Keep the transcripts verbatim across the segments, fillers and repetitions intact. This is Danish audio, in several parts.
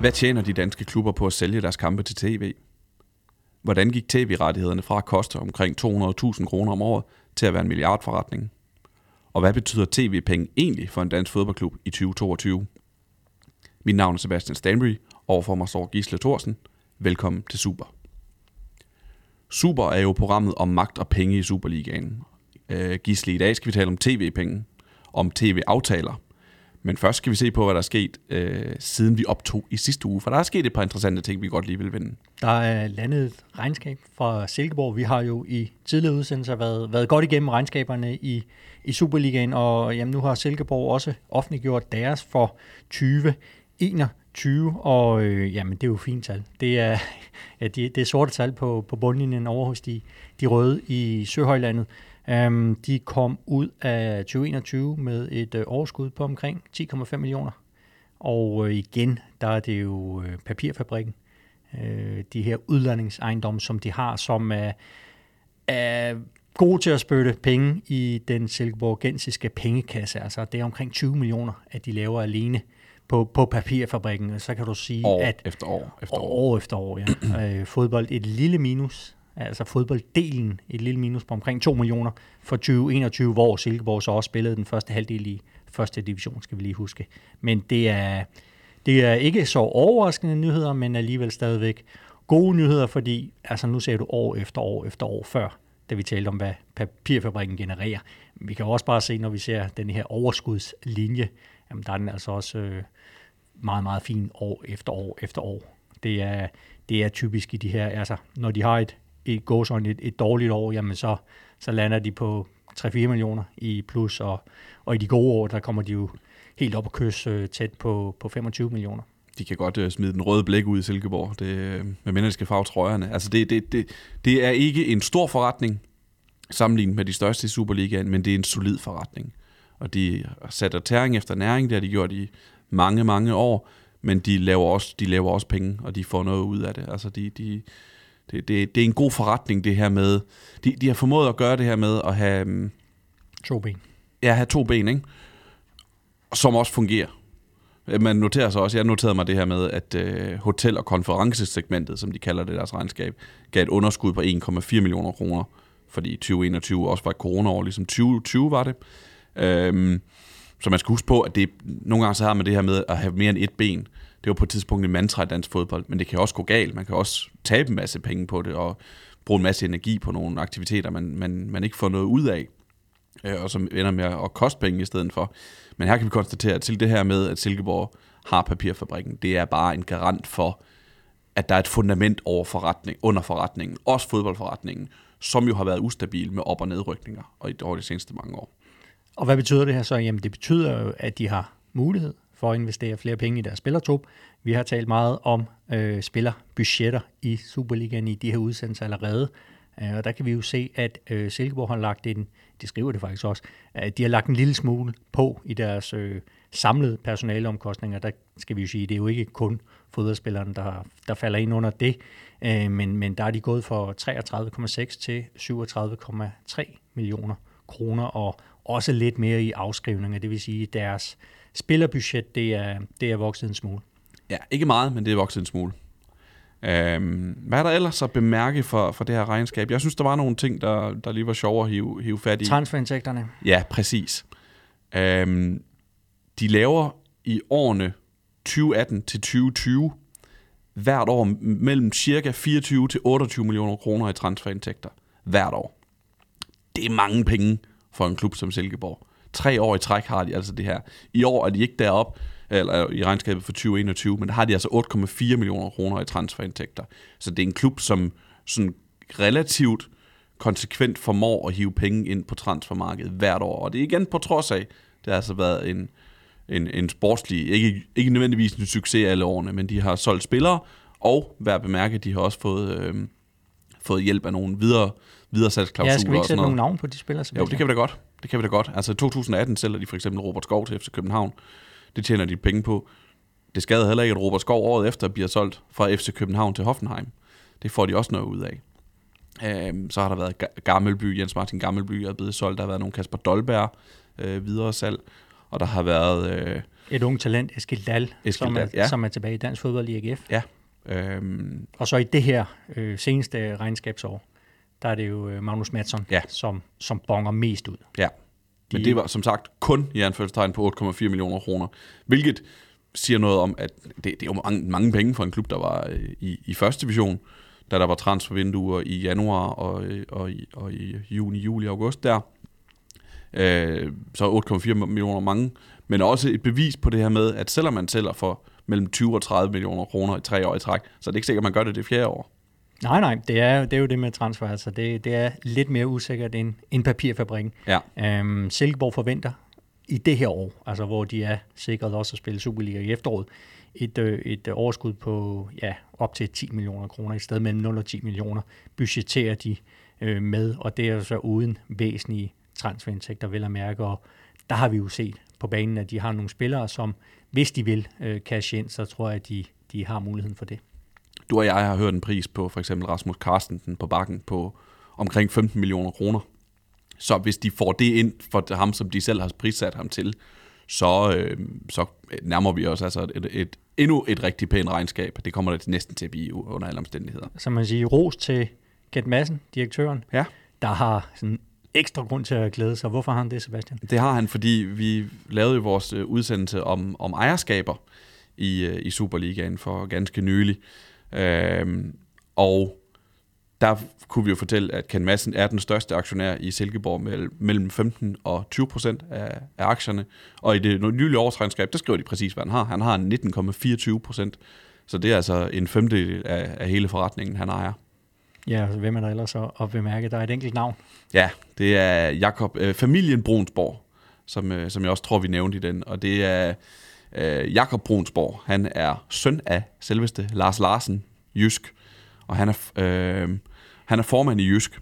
Hvad tjener de danske klubber på at sælge deres kampe til tv? Hvordan gik tv-rettighederne fra at koste omkring to hundrede tusind kroner om året til at være en milliardforretning? Og hvad betyder tv-penge egentlig for en dansk fodboldklub i tyve toogtyve? Mit navn er Sebastian Stanbury, overfor mig står Gisle Thorsen. Velkommen til Super. Super er jo programmet om magt og penge i Superligaen. Øh, Gisle, i dag skal vi tale om tv-penge, om tv-aftaler. Men først skal vi se på, hvad der er sket, øh, siden vi optog i sidste uge. For der er sket et par interessante ting, vi godt lige vil vende. Der er landet et regnskab fra Silkeborg. Vi har jo i tidligere udsendelser været, været godt igennem regnskaberne i, i Superligaen. Og jamen, nu har Silkeborg også offentliggjort deres for tyve enogtyve. Og øh, jamen, det er jo fint tal. Det er, ja, det, det er sorte tal på, på bundlinjen over hos de, de røde i Søhøjlandet. Um, de kom ud af tyve enogtyve med et uh, overskud på omkring ti komma fem millioner. Og uh, igen, der er det jo uh, papirfabrikken. Uh, de her udlejningsejendomme, som de har, som er, er gode til at spytte penge i den silkeborgensiske pengekasse. Altså det er omkring tyve millioner, at de laver alene på, på papirfabrikken. Så kan du sige, år at efter år efter år. år efter år, ja. uh, fodbold et lille minus. Altså fodbolddelen et lille minus på omkring to millioner for tyve enogtyve, hvor Silkeborg så også spillede den første halvdel i første division, skal vi lige huske. Men det er, det er ikke så overraskende nyheder, men alligevel stadigvæk gode nyheder, fordi altså nu ser du år efter år efter år før, da vi talte om, hvad papirfabrikken genererer. Vi kan også bare se, når vi ser den her overskudslinje, jamen der er den altså også øh, meget, meget fin år efter år efter år. Det er, det er typisk i de her, altså når de har et et går sådan et, et dårligt år, jamen så, så lander de på tre til fire millioner i plus, og, og i de gode år, der kommer de jo helt op og kysse øh, tæt på, på femogtyve millioner. De kan godt øh, smide den røde blæk ud i Silkeborg, det, øh, med mindre de skal farve trøjerne. Altså det, det, det, det er ikke en stor forretning, sammenlignet med de største i Superligaen, men det er en solid forretning. Og de sætter tæring efter næring, det har de gjort i mange, mange år, men de laver også, de laver også penge, og de får noget ud af det. Altså de... de Det, det, det er en god forretning, det her med... De, de har formået at gøre det her med at have... Um, to ben. Ja, have to ben, ikke? Som også fungerer. Man noterer sig også... Jeg noterede mig det her med, at uh, hotel- og konferencesegmentet, som de kalder det deres regnskab, gav et underskud på en komma fire millioner kroner, fordi tyve enogtyve også var et coronaår, ligesom tyve tyve var det. Um, så man skal huske på, at det nogle gange så har man det her med at have mere end et ben. Det var på et tidspunkt en mantra i dansk fodbold, men det kan også gå galt. Man kan også tabe en masse penge på det, og bruge en masse energi på nogle aktiviteter, man, man, man ikke får noget ud af, og som ender med at koste penge i stedet for. Men her kan vi konstatere, at til det her med, at Silkeborg har papirfabrikken, det er bare en garant for, at der er et fundament over forretning, under forretningen, også fodboldforretningen, som jo har været ustabil med op- og nedrykninger og i over de seneste mange år. Og hvad betyder det her så? Jamen det betyder jo, at de har mulighed for at investere flere penge i deres spillertrup. Vi har talt meget om øh, spillerbudgetter i Superligaen i de her udsendelser allerede, øh, og der kan vi jo se, at øh, Silkeborg har lagt en, de skriver det faktisk også, at de har lagt en lille smule på i deres øh, samlede personaleomkostninger. Der skal vi jo sige, det er jo ikke kun fodboldspillerne, der, der falder ind under det, øh, men, men der er de gået for treogtredive komma seks til syvogtredive komma tre millioner kroner, og også lidt mere i afskrivninger, det vil sige deres spillerbudget, det er, det er vokset en smule. Ja, ikke meget, men det er vokset en smule. Øhm, hvad er der ellers at bemærke for, for det her regnskab? Jeg synes, der var nogle ting, der, der lige var sjovere at hive, hive fat i. Transferindtægterne. Ja, præcis. Øhm, de laver i årene tyve atten til tyve tyve hvert år mellem cirka fireogtyve til otteogtyve millioner kroner i transferindtægter. Hvert år. Det er mange penge for en klub som Silkeborg. Tre år i træk har de altså det her. I år er de ikke deroppe, eller i regnskabet for tyve enogtyve, men der har de altså otte komma fire millioner kroner i transferindtægter. Så det er en klub, som sådan relativt konsekvent formår at hive penge ind på transfermarkedet hvert år. Og det er igen på trods af, det har altså været en, en, en sportslig, ikke, ikke nødvendigvis en succes alle årene, men de har solgt spillere, og værd at bemærke, de har også fået, øh, fået hjælp af nogle videre, videre salgsklausuler. Ja, skal vi ikke sætte nogle navn på de spillere? Jo, det kan vi da godt. Det kan vi da godt. Altså i to tusind atten sælger de for eksempel Robert Skov til F C København. Det tjener de penge på. Det skader heller ikke, at Robert Skov året efter bliver solgt fra F C København til Hoffenheim. Det får de også noget ud af. Øhm, så har der været Gammelby, Jens Martin Gammelby er blevet solgt. Der har været nogle Kasper Dolberg øh, videre salg. Og der har været øh, Et ung talent, Eskild Dahl, Eskild som, Dahl, er, ja. som er tilbage i dansk fodbold i A G F. Ja. Øhm. Og så i det her øh, seneste regnskabsår, der er det jo øh, Magnus Madsson, ja. som, som bonger mest ud. Ja, men de, det var som sagt kun i anførselstegn på otte komma fire millioner kroner, hvilket siger noget om, at det, det er jo mange, mange penge for en klub, der var i, i første division, da der var transfervinduer i januar og, og, i, og i juni, juli, august der. Øh, så otte komma fire millioner mange, men også et bevis på det her med, at selvom man tæller for mellem tyve og tredive millioner kroner i tre år i træk, så er det ikke sikkert, at man gør det det fjerde år. Nej, nej, det er, det er jo det med transfer, altså det, det er lidt mere usikkert end, end papirfabrikken. Ja. Øhm, Silkeborg forventer i det her år, altså hvor de er sikret også at spille Superliga i efteråret, et, øh, et overskud på ja, op til ti millioner kroner, i stedet mellem nul og ti millioner, budgetterer de øh, med, og det er så uden væsentlige transferindtægter, vel at mærke, og der har vi jo set på banen, at de har nogle spillere, som hvis de vil øh, cash ind, så tror jeg, at de, de har muligheden for det. Du og jeg har hørt en pris på for eksempel Rasmus Carstensen på bakken på omkring femten millioner kroner. Så hvis de får det ind for ham, som de selv har prissat ham til, så, øh, så nærmer vi os altså et, et, endnu et rigtig pænt regnskab. Det kommer det næsten til at blive under alle omstændigheder. Så man siger ros til Kent Madsen, direktøren, ja. der har sådan ekstra grund til at glæde sig. Hvorfor har han det, Sebastian? Det har han, fordi vi lavede jo vores udsendelse om, om ejerskaber i, i Superligaen for ganske nylig. Øhm, og der kunne vi jo fortælle, at Ken Madsen er den største aktionær i Silkeborg med mellem femten og tyve procent af, af aktierne. Og i det nylige årsregnskab, der skriver de præcis, hvad han har. Han har nitten komma fireogtyve procent. Så det er altså en femtedel af, af hele forretningen, han ejer. Ja, altså, hvem er der ellers at bemærke? Der er et enkelt navn. Ja, det er Jakob, øh, familien Brunsborg, som, øh, som jeg også tror, vi nævnte i den. Og det er øh, Jakob Brunsborg. Han er søn af selveste Lars Larsen, Jysk. Og han er, øh, han er formand i Jysk.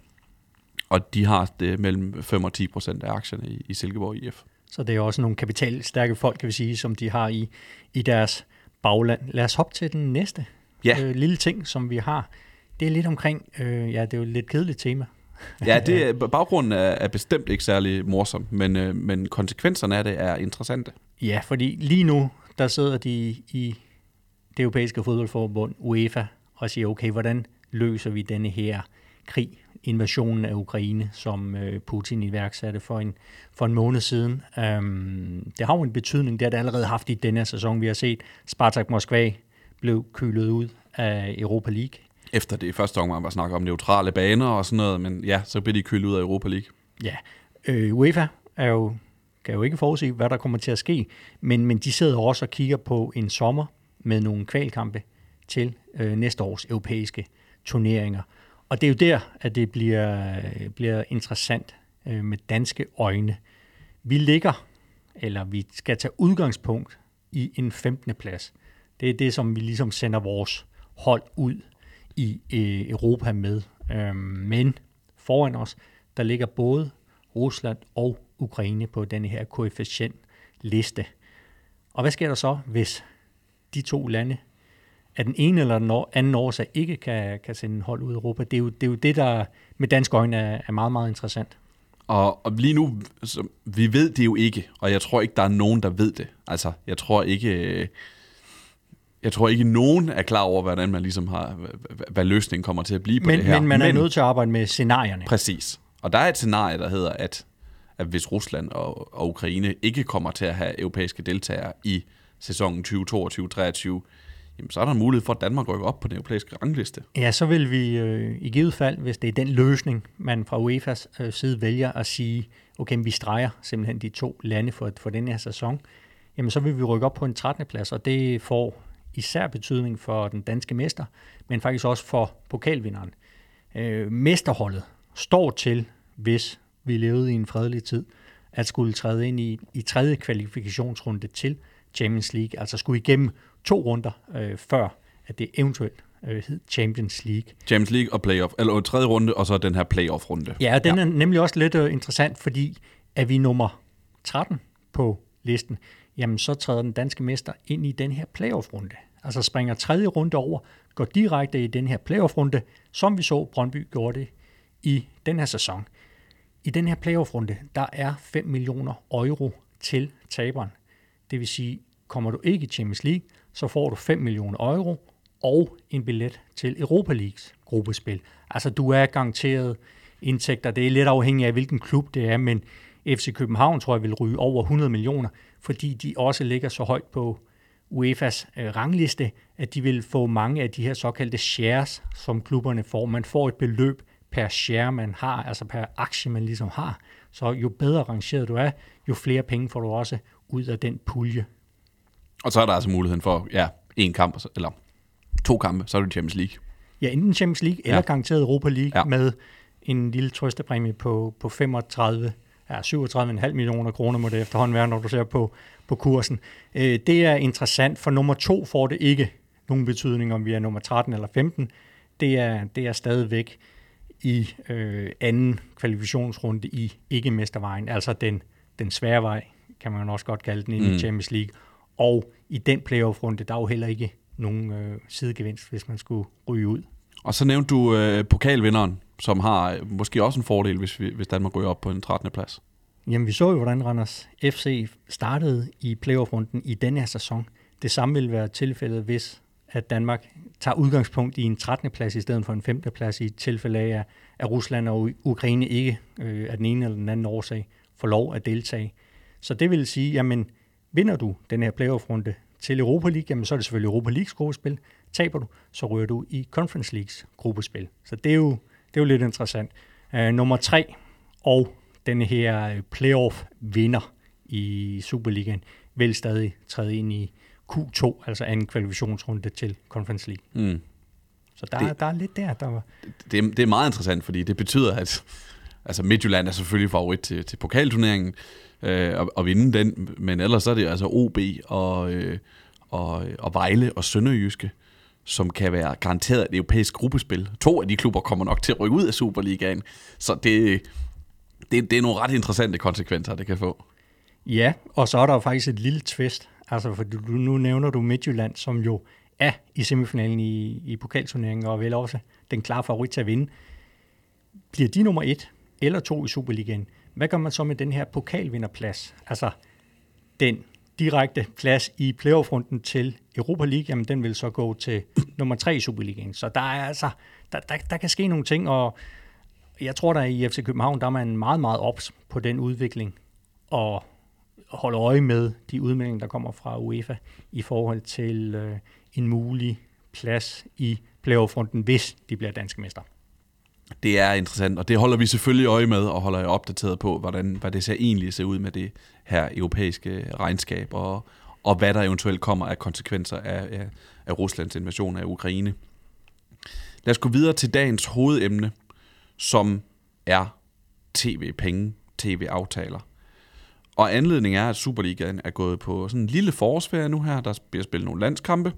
Og de har det mellem fem og ti procent af aktierne i, i Silkeborg I F. Så det er også nogle kapitalstærke folk, kan vi sige, som de har i, i deres bagland. Lad os hoppe til den næste ja. øh, lille ting, som vi har. Det er lidt omkring, øh, ja, det er jo et lidt kedeligt tema. Ja, det er, baggrunden er, er bestemt ikke særlig morsom, men, øh, men konsekvenserne af det er interessante. Ja, fordi lige nu, der sidder de i det europæiske fodboldforbund, UEFA, og siger, okay, hvordan løser vi denne her krig, invasionen af Ukraine, som øh, Putin iværksatte for en, for en måned siden. Um, det har jo en betydning, det har det allerede haft i denne sæson. Vi har set, Spartak Moskva blev kølet ud af Europa League. Efter det i første omgang var snak om neutrale baner og sådan noget, men ja, så blev de kølet ud af Europa League. Ja, øh, UEFA er jo, kan jo ikke forudse, hvad der kommer til at ske, men, men de sidder også og kigger på en sommer med nogle kvalkampe til øh, næste års europæiske turneringer. Og det er jo der, at det bliver, bliver interessant øh, med danske øjne. Vi ligger, eller vi skal tage udgangspunkt i en femtende plads. Det er det, som vi ligesom sender vores hold ud i øh, Europa med. Øhm, men foran os, der ligger både Rusland og Ukraine på denne her koefficientliste. Og hvad sker der så, hvis de to lande af den ene eller den anden årsag ikke kan, kan sende hold ud i Europa? Det er jo det, er jo det der med danske øjne er, er meget, meget interessant. Og, og lige nu, så, vi ved det jo ikke, og jeg tror ikke, der er nogen, der ved det. Altså, jeg tror ikke... Jeg tror ikke, nogen er klar over, hvordan man ligesom har, hvad løsningen kommer til at blive på men, det her. Men man er men, nødt til at arbejde med scenarierne. Præcis. Og der er et scenarie, der hedder, at, at hvis Rusland og, og Ukraine ikke kommer til at have europæiske deltagere i sæsonen tyve toogtyve treogtyve, jamen, så er der en mulighed for, at Danmark rykker op på den europæiske rangliste. Ja, så vil vi øh, i givet fald, hvis det er den løsning, man fra UEFA's øh, side vælger at sige, okay, vi streger simpelthen de to lande for, for den her sæson, jamen så vil vi rykke op på en trettende plads, og det får især betydning for den danske mester, men faktisk også for pokalvinderen. Øh, mesterholdet står til, hvis vi levede i en fredelig tid, at skulle træde ind i, i tredje kvalifikationsrunde til Champions League, altså skulle igennem to runder øh, før, at det eventuelt øh, hed Champions League. Champions League og playoff, eller tredje runde, og så den her playoff-runde. Ja, og den ja. er nemlig også lidt øh, interessant, fordi er vi nummer tretten på listen, jamen så træder den danske mester ind i den her playoff-runde. Altså springer tredje runde over, går direkte i den her playoff-runde, som vi så Brøndby gjorde det i den her sæson. I den her playoff-runde, der er fem millioner euro til taberen. Det vil sige, kommer du ikke i Champions League, så får du fem millioner euro og en billet til Europa Leagues gruppespil. Altså, du er garanteret indtægter. Det er lidt afhængigt af, hvilken klub det er, men F C København tror jeg vil ryge over hundrede millioner, fordi de også ligger så højt på UEFA's øh, rangliste, at de vil få mange af de her såkaldte shares, som klubberne får. Man får et beløb per share, man har, altså per aktie, man ligesom har. Så jo bedre rangeret du er, jo flere penge får du også ud af den pulje. Og så er der altså muligheden for, ja, en kamp, eller to kampe, så er det Champions League. Ja, enten Champions League eller ja. garanteret Europa League ja. med en lille trøstepræmie på, på femogtredive, ja, syvogtredive komma fem millioner kroner må det efterhånden være, når du ser på, på kursen. Øh, det er interessant, for nummer to får det ikke nogen betydning, om vi er nummer tretten eller femten. Det er, det er stadigvæk i øh, anden kvalifikationsrunde i ikke-mestervejen, altså den, den svære vej, kan man også godt kalde den, ind i mm. Champions League. Og i den playoff-runde, der er jo heller ikke nogen øh, sidegevinst, hvis man skulle ryge ud. Og så nævnte du øh, pokalvinderen, som har øh, måske også en fordel, hvis, vi, hvis Danmark ryger op på en trettende plads. Jamen, vi så jo, hvordan Randers F C startede i playoff-runden i denne her sæson. Det samme vil være tilfældet, hvis at Danmark tager udgangspunkt i en trettende plads i stedet for en femte plads i tilfælde af, at Rusland og Ukraine ikke øh, af den ene eller den anden årsag får lov at deltage. Så det vil sige, jamen, vinder du den her playoff-runde til Europa League, jamen, så er det selvfølgelig Europa Leagues gruppespil. Taber du, så ryger du i Conference Leagues gruppespil. Så det er jo, det er jo lidt interessant. Uh, nummer tre og denne her playoff-vinder i Superligaen vil stadig træde ind i Q to, altså anden kvalifikationsrunde til Conference League. Mm. Så der, det, der er lidt der. der var... det, det er meget interessant, fordi det betyder, at altså Midtjylland er selvfølgelig favorit til, til pokalturneringen øh, og, og vinde den, men ellers er det altså O B og, øh, og, og Vejle og Sønderjyske, som kan være garanteret et europæisk gruppespil. To af de klubber kommer nok til at rykke ud af Superligaen, så det, det, det er nogle ret interessante konsekvenser, det kan få. Ja, og så er der jo faktisk et lille twist. Altså, for du, nu nævner du Midtjylland, som jo er i semifinalen i, i pokalturneringen, og vel også den klare favorit til at vinde. Bliver de nummer et eller to i Superligaen, hvad gør man så med den her pokalvinderplads? Altså, den direkte plads i playoff-runden til Europa League, jamen den vil så gå til nummer tre i Superligaen. Så der er altså, der, der, der kan ske nogle ting, og jeg tror, der i F C København, der er man meget, meget ops på den udvikling, og holde øje med de udmeldinger, der kommer fra UEFA i forhold til øh, en mulig plads i playoff-runden, hvis de bliver danske mester. Det er interessant, og det holder vi selvfølgelig øje med, og holder jeg opdateret på, hvordan, hvad det ser egentlig ser ud med det her europæiske regnskab, og, og hvad der eventuelt kommer af konsekvenser af, af, af Ruslands invasion af Ukraine. Lad os gå videre til dagens hovedemne, som er tv-penge, tv-aftaler. Og anledningen er, at Superligaen er gået på sådan en lille forårsferie nu her. Der bliver spillet nogle landskampe.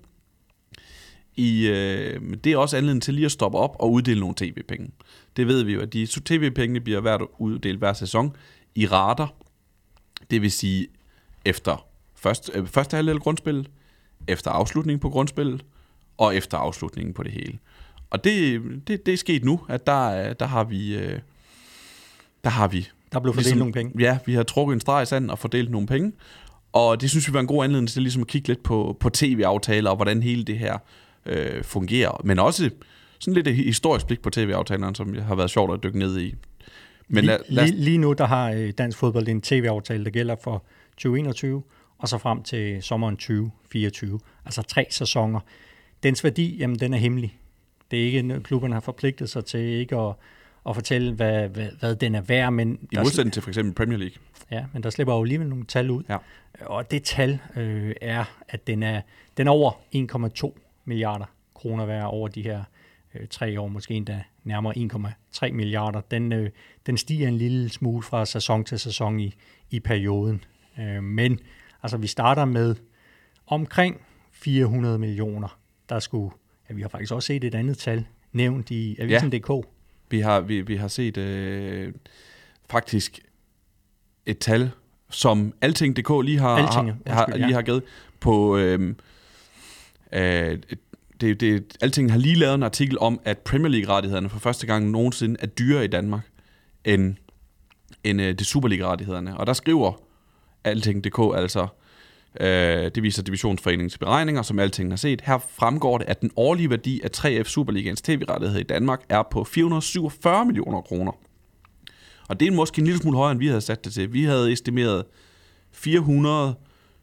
I, øh, det er også anledning til lige at stoppe op og uddele nogle tv-penge. Det ved vi jo, at de tv-pengene bliver hvert uddelt hver sæson i rater. Det vil sige efter først, øh, første halvdel af grundspillet, efter afslutningen på grundspillet og efter afslutningen på det hele. Og det, det, det er sket nu, at der, der har vi... Øh, der har vi Der blev fordelt ligesom, nogle penge. Ja, vi har trukket en streg i sanden og fordelt nogle penge. Og det synes vi var en god anledning til ligesom at kigge lidt på, på tv-aftaler og hvordan hele det her øh, fungerer. Men også sådan lidt et historisk blik på tv-aftalerne, som har været sjovt at dykke ned i. Men lige, lad, lige, lige nu der har dansk fodbold en tv-aftale, der gælder for tyve enogtyve og så frem til sommeren tyve fireogtyve. Altså tre sæsoner. Dens værdi, jamen den er hemmelig. Det er ikke, klubberne har forpligtet sig til ikke at og fortælle, hvad, hvad, hvad den er værd. Men i modsætning til for eksempel Premier League. Ja, men der slipper jo alligevel nogle tal ud. Ja. Og det tal øh, er, at den er, den er over en komma to milliarder kroner værd over de her øh, tre år, måske endda nærmere en komma tre milliarder. Den, øh, den stiger en lille smule fra sæson til sæson i, i perioden. Øh, men altså, vi starter med omkring fire hundrede millioner. Der skulle, ja, vi har faktisk også set et andet tal nævnt i avisen punktum d k. Vi har, vi, vi har set øh, faktisk et tal, som Alting punktum d k lige har, Alting, har, har, lige ja. har givet på... Øh, øh, det, det, Alting har lige lavet en artikel om, at Premier League-rettighederne for første gang nogensinde er dyrere i Danmark end, end øh, det Superliga-rettighederne. Og der skriver Alting punktum d k altså, Øh, det viser Divisionsforeningens beregninger, som alting har set. Her fremgår det, at den årlige værdi af tre F Superligaens tv-rettigheder i Danmark er på fire hundrede syvogfyrre millioner kroner. Og det er måske en lille smule højere, end vi havde sat det til. Vi havde estimeret fire hundrede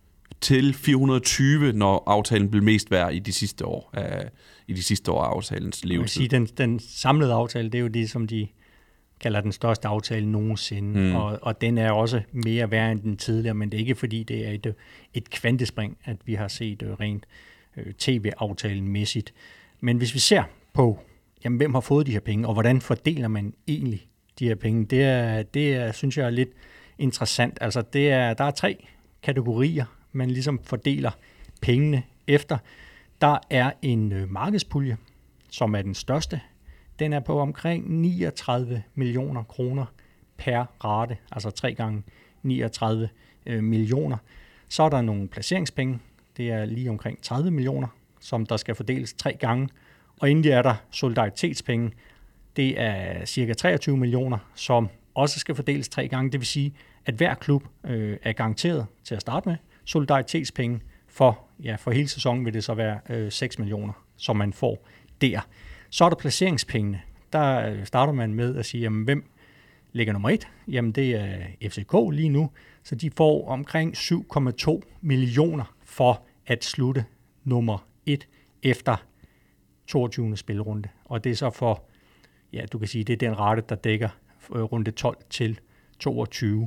til fire hundrede og tyve, når aftalen blev mest værd i de sidste år af, i de sidste år af aftalens levetid. Jeg vil sige, den, den samlede aftale, det er jo det, som de kalder den største aftale nogensinde, mm. og, og den er også mere værd end den tidligere, men det er ikke fordi, det er et, et kvantespring, at vi har set uh, rent uh, tv-aftalen mæssigt. Men hvis vi ser på, jamen, hvem har fået de her penge, og hvordan fordeler man egentlig de her penge, det er, det er, synes jeg er lidt interessant. Altså, det er, der er tre kategorier, man ligesom fordeler pengene efter. Der er en uh, markedspulje, som er den største. Den er på omkring niogtredive millioner kroner per rate, altså tre gange niogtredive øh, millioner. Så er der nogle placeringspenge, det er lige omkring tredive millioner, som der skal fordeles tre gange. Og endelig er der solidaritetspenge, det er cirka treogtyve millioner, som også skal fordeles tre gange. Det vil sige, at hver klub øh, er garanteret til at starte med solidaritetspenge. For, ja, for hele sæsonen vil det så være øh, seks millioner, som man får der. Så er der placeringspengene. Der starter man med at sige, jamen, hvem ligger nummer et? Jamen, det er F C K lige nu. Så de får omkring syv komma to millioner for at slutte nummer et efter toogtyvende spilrunde. Og det er så for, ja, du kan sige, det er den rate, der dækker runde tolv til toogtyve.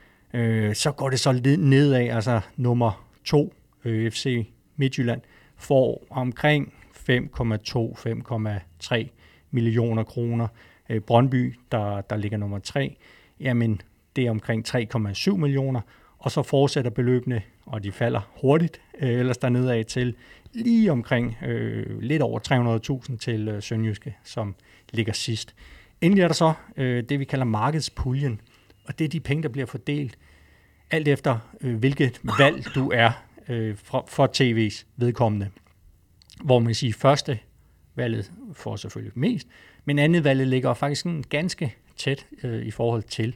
Øh, så går det så nedad, altså nummer to, øh, F C Midtjylland, får omkring fem komma to til fem komma tre millioner kroner. Øh, Brøndby, der, der ligger nummer tre, jamen det er omkring tre komma syv millioner, og så fortsætter beløbene, og de falder hurtigt, øh, ellers dernede af til lige omkring øh, lidt over tre hundrede tusind til øh, Sønderjyske, som ligger sidst. Endelig er der så øh, det, vi kalder markedspuljen, og det er de penge, der bliver fordelt, alt efter øh, hvilket valg du er øh, for, for T V's vedkommende. Hvor man siger, første valget får selvfølgelig mest, men andet valget ligger faktisk ganske tæt øh, i forhold til.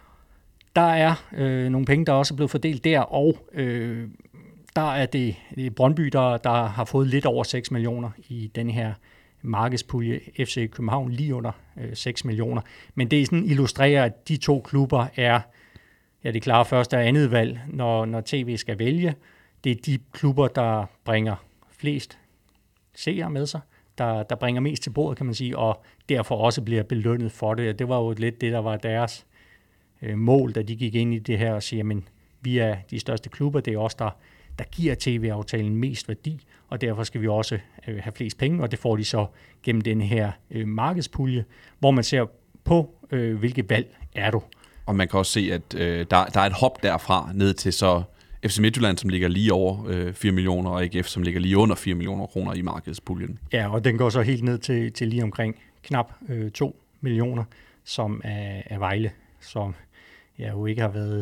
Der er øh, nogle penge, der også er blevet fordelt der, og øh, der er det, det er Brøndby, der, der har fået lidt over seks millioner i den her markedspulje. F C København lige under øh, seks millioner. Men det sådan illustrerer, at de to klubber er, ja, det klare første og andet valg, når, når T V skal vælge. Det er de klubber, der bringer flest seere med sig, der, der bringer mest til bordet, kan man sige, og derfor også bliver belønnet for det. Det var jo lidt det, der var deres øh, mål, da de gik ind i det her og siger, men vi er de største klubber, det er os, der, der giver T V-aftalen mest værdi, og derfor skal vi også øh, have flest penge, og det får de så gennem den her øh, markedspulje, hvor man ser på, øh, hvilket valg er du. Og man kan også se, at øh, der, der er et hop derfra ned til så F C Midtjylland, som ligger lige over øh, fire millioner, og A G F, som ligger lige under fire millioner kroner i markedspuljen. Ja, og den går så helt ned til, til lige omkring knap øh, to millioner, som er, er Vejle, som ja, jo ikke har været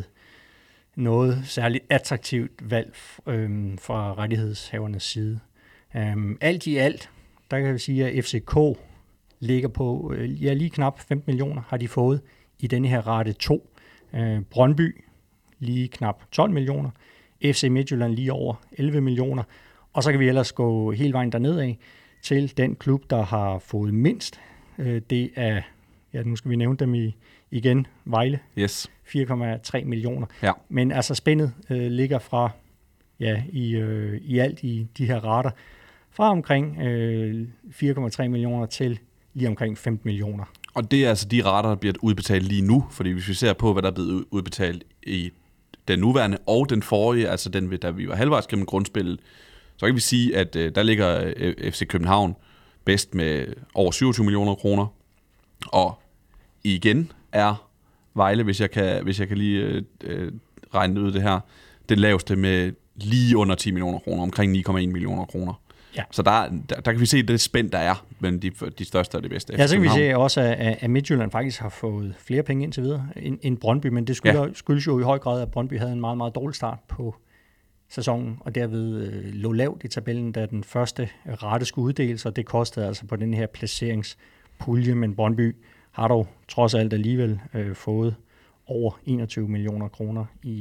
noget særligt attraktivt valg øh, fra rettighedshavernes side. Um, alt i alt, der kan vi sige, at F C K ligger på øh, ja, lige knap femten millioner, har de fået i denne her rate to. Uh, Brøndby lige knap tolv millioner, F C Midtjylland lige over elleve millioner, og så kan vi ellers gå hele vejen derned af til den klub, der har fået mindst. Det er, ja, nu skal vi nævne dem i, igen, Vejle, yes. fire komma tre millioner. Ja. Men altså spændet øh, ligger fra, ja, i, øh, i alt i de her rater, fra omkring øh, fire komma tre millioner til lige omkring femten millioner. Og det er altså de rater, der bliver udbetalt lige nu, fordi hvis vi ser på, hvad der er blevet udbetalt i den nuværende og den forrige, altså den, da vi var halvvejs gennem grundspillet, så kan vi sige, at øh, der ligger øh, F C København bedst med over syvogtyve millioner kroner, og igen er Vejle, hvis jeg kan, hvis jeg kan lige øh, øh, regne ud det her, det laveste med lige under ti millioner kroner, omkring ni komma en millioner kroner. Ja. Så der, der, der kan vi se det spænd, der er mellem de, de største og de bedste. Ja, så kan vi se også, at, at Midtjylland faktisk har fået flere penge indtil videre end, end Brøndby, men det skyldes, ja. skyldes jo i høj grad, at Brøndby havde en meget, meget dårlig start på sæsonen, og derved øh, lå lavt i tabellen, da den første rate skulle uddeles, og det kostede altså på den her placeringspulje, men Brøndby har dog trods alt alligevel øh, fået over enogtyve millioner kroner i,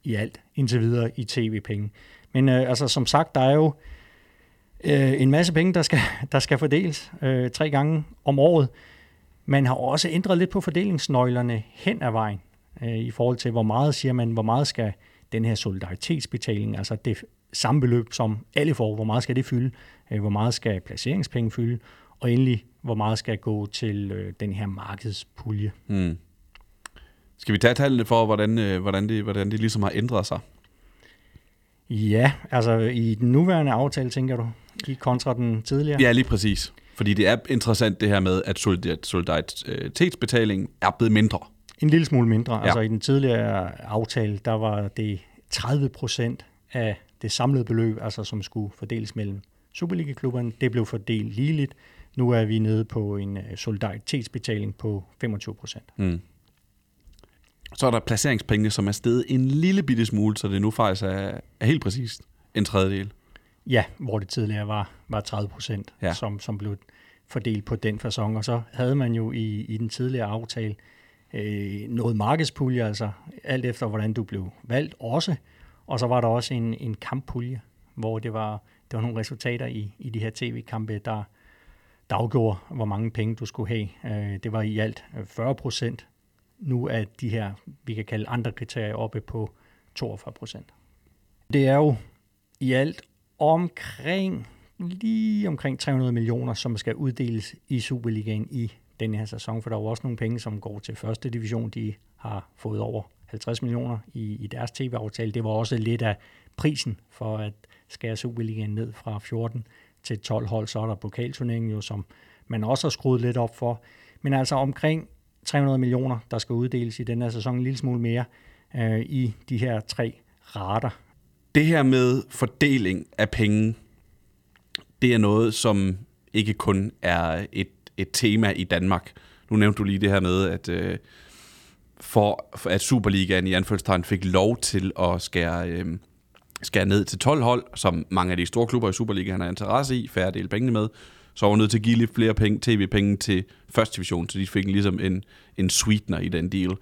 i alt indtil videre i tv-penge. Men øh, altså som sagt, der er jo øh, en masse penge, der skal, der skal fordeles øh, tre gange om året. Man har også ændret lidt på fordelingsnøglerne hen ad vejen, øh, i forhold til, hvor meget siger man, hvor meget skal den her solidaritetsbetaling, altså det samme beløb, som alle får, hvor meget skal det fylde, øh, hvor meget skal placeringspenge fylde, og endelig, hvor meget skal gå til øh, den her markedspulje. Hmm. Skal vi tage tallene for, hvordan, øh, hvordan, det, hvordan det ligesom har ændret sig? Ja, altså i den nuværende aftale, tænker du, i kontra den tidligere? Ja, lige præcis. Fordi det er interessant det her med, at solidaritetsbetalingen er blevet mindre. En lille smule mindre. Ja. Altså i den tidligere aftale, der var det tredive procent af det samlede beløb, altså som skulle fordeles mellem Superliga-klubberne. Det blev fordelt ligeligt. Nu er vi nede på en solidaritetsbetaling på femogtyve procent. Mm. Så er der placeringspengene, som er steget en lille bitte smule, så det nu faktisk er, er helt præcist en tredjedel. Ja, hvor det tidligere var, var tredive procent, ja. som, som blev fordelt på den facon. Og så havde man jo i, i den tidligere aftale øh, noget markedspulje, altså alt efter, hvordan du blev valgt også. Og så var der også en, en kamppulje, hvor det var, det var nogle resultater i, i de her tv-kampe, der, der afgjorde, hvor mange penge du skulle have. Øh, det var i alt fyrre procent. Nu er de her, vi kan kalde andre kriterier, oppe på toogfyrre procent. Det er jo i alt omkring, lige omkring tre hundrede millioner, som skal uddeles i Superligaen i denne her sæson, for der er jo også nogle penge, som går til første division. De har fået over halvtreds millioner i, i deres tv-aftale. Det var også lidt af prisen for at skære Superligaen ned fra fjorten til tolv hold. Så er der pokalturneringen jo, som man også har skruet lidt op for. Men altså omkring tre hundrede millioner, der skal uddeles i den her sæson, en lille smule mere øh, i de her tre rater. Det her med fordeling af penge, det er noget, som ikke kun er et, et tema i Danmark. Nu nævnte du lige det her med, at øh, for, for at Superligaen i anførselstegn fik lov til at skære, øh, skære ned til tolv hold, som mange af de store klubber i Superligaen har interesse i, færre dele pengene med, så var nødt til at give lidt flere penge, tv-penge til første division, så de fik ligesom en, en sweetener i den deal.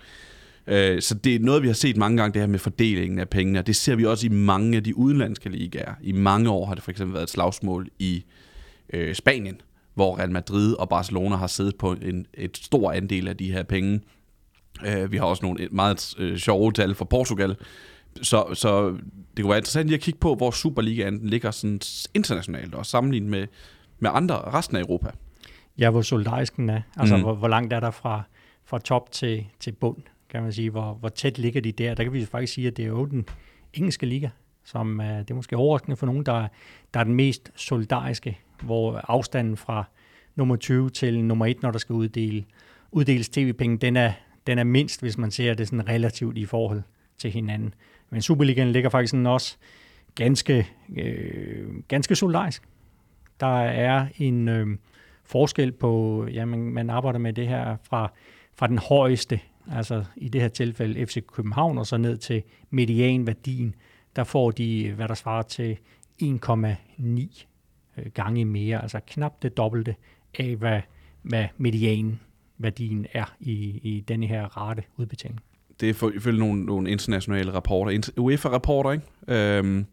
Så det er noget, vi har set mange gange, det her med fordelingen af pengene, og det ser vi også i mange af de udenlandske ligaer. I mange år har det for eksempel været et slagsmål i øh, Spanien, hvor Real Madrid og Barcelona har siddet på en et stor andel af de her penge. Øh, vi har også nogle meget øh, sjove tal fra Portugal, så, så det kunne være interessant lige at kigge på, hvor Superligaen ligger sådan internationalt og sammenlignet med, med andre resten af Europa. Ja, hvor solidarisk den er. Altså, mm. hvor, hvor langt er der fra, fra top til, til bund, kan man sige. Hvor, hvor tæt ligger de der? Der kan vi faktisk sige, at det er jo den engelske liga, som uh, det er måske overraskende for nogen, der, der er den mest solidariske, hvor afstanden fra nummer tyve til nummer et, når der skal uddele, uddeles tv-penge, den er, den er mindst, hvis man ser det sådan relativt i forhold til hinanden. Men Superligaen ligger faktisk sådan også ganske, øh, ganske solidarisk. Der er en øh, forskel på, ja, man, man arbejder med det her fra, fra den højeste, altså i det her tilfælde F C København, og så ned til medianværdien, der får de, hvad der svarer til en komma ni gange mere, altså knap det dobbelte af, hvad, hvad medianværdien er i, i denne her rate udbetaling. Det er for, ifølge nogle, nogle internationale rapporter, UEFA-rapporter, ikke? Øhm,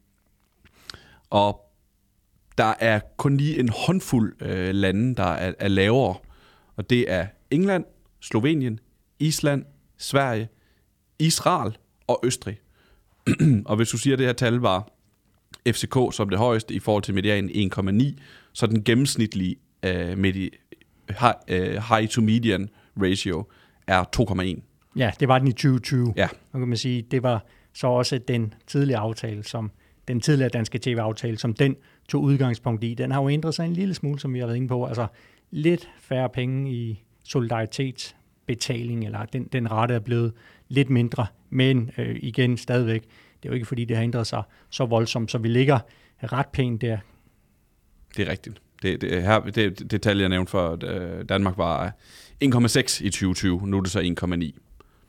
og der er kun lige en håndfuld øh, lande, der er, er lavere, og det er England, Slovenien, Island, Sverige, Israel og Østrig. Og hvis du siger, at det her tal var F C K som det højeste i forhold til medianen en komma ni, så den gennemsnitlige uh, medi- high, uh, high to median ratio er to komma en. Ja, det var den i tyve tyve. Ja. Nu kan man sige, det var så også den tidligere aftale, som den tidligere danske tv-aftale, som den tog udgangspunkt i. Den har jo ændret sig en lille smule, som vi har været inde på. Altså lidt færre penge i solidaritetsbetaling, eller den, den rate er blevet lidt mindre, men øh, igen stadigvæk, det er jo ikke fordi, det har ændret sig så voldsomt, så vi ligger ret pænt der. Det er rigtigt. Det, det, her, det, det tal, jeg nævnte for uh, Danmark, var en komma seks i tyve tyve, nu er det så en komma ni.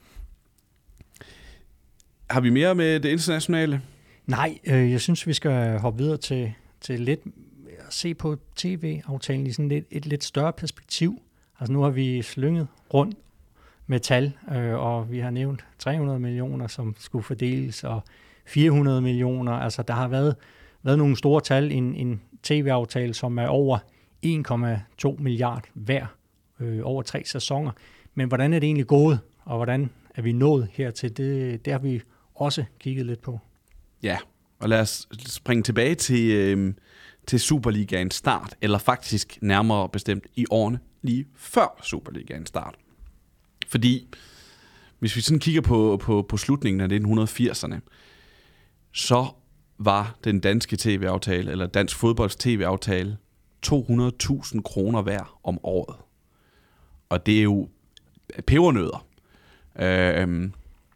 Har vi mere med det internationale? Nej, øh, jeg synes, vi skal hoppe videre til, til lidt at se på tv-aftalen i sådan lidt, et lidt større perspektiv. Altså nu har vi slynget rundt med tal, øh, og vi har nævnt tre hundrede millioner, som skulle fordeles, og fire hundrede millioner. Altså, der har været, været nogle store tal. En, en tv-aftale, som er over en komma to milliard hver øh, over tre sæsoner. Men hvordan er det egentlig gået, og hvordan er vi nået hertil? Det, det har vi også kigget lidt på. Ja, og lad os springe tilbage til, øh, til Superligaens start, eller faktisk nærmere bestemt i årene lige før Superligaens start. Fordi hvis vi sådan kigger på, på, på slutningen af nitten firserne, så var den danske tv-aftale, eller dansk fodbolds tv-aftale, to hundrede tusind kroner hver om året. Og det er jo pebernødder. Øhm,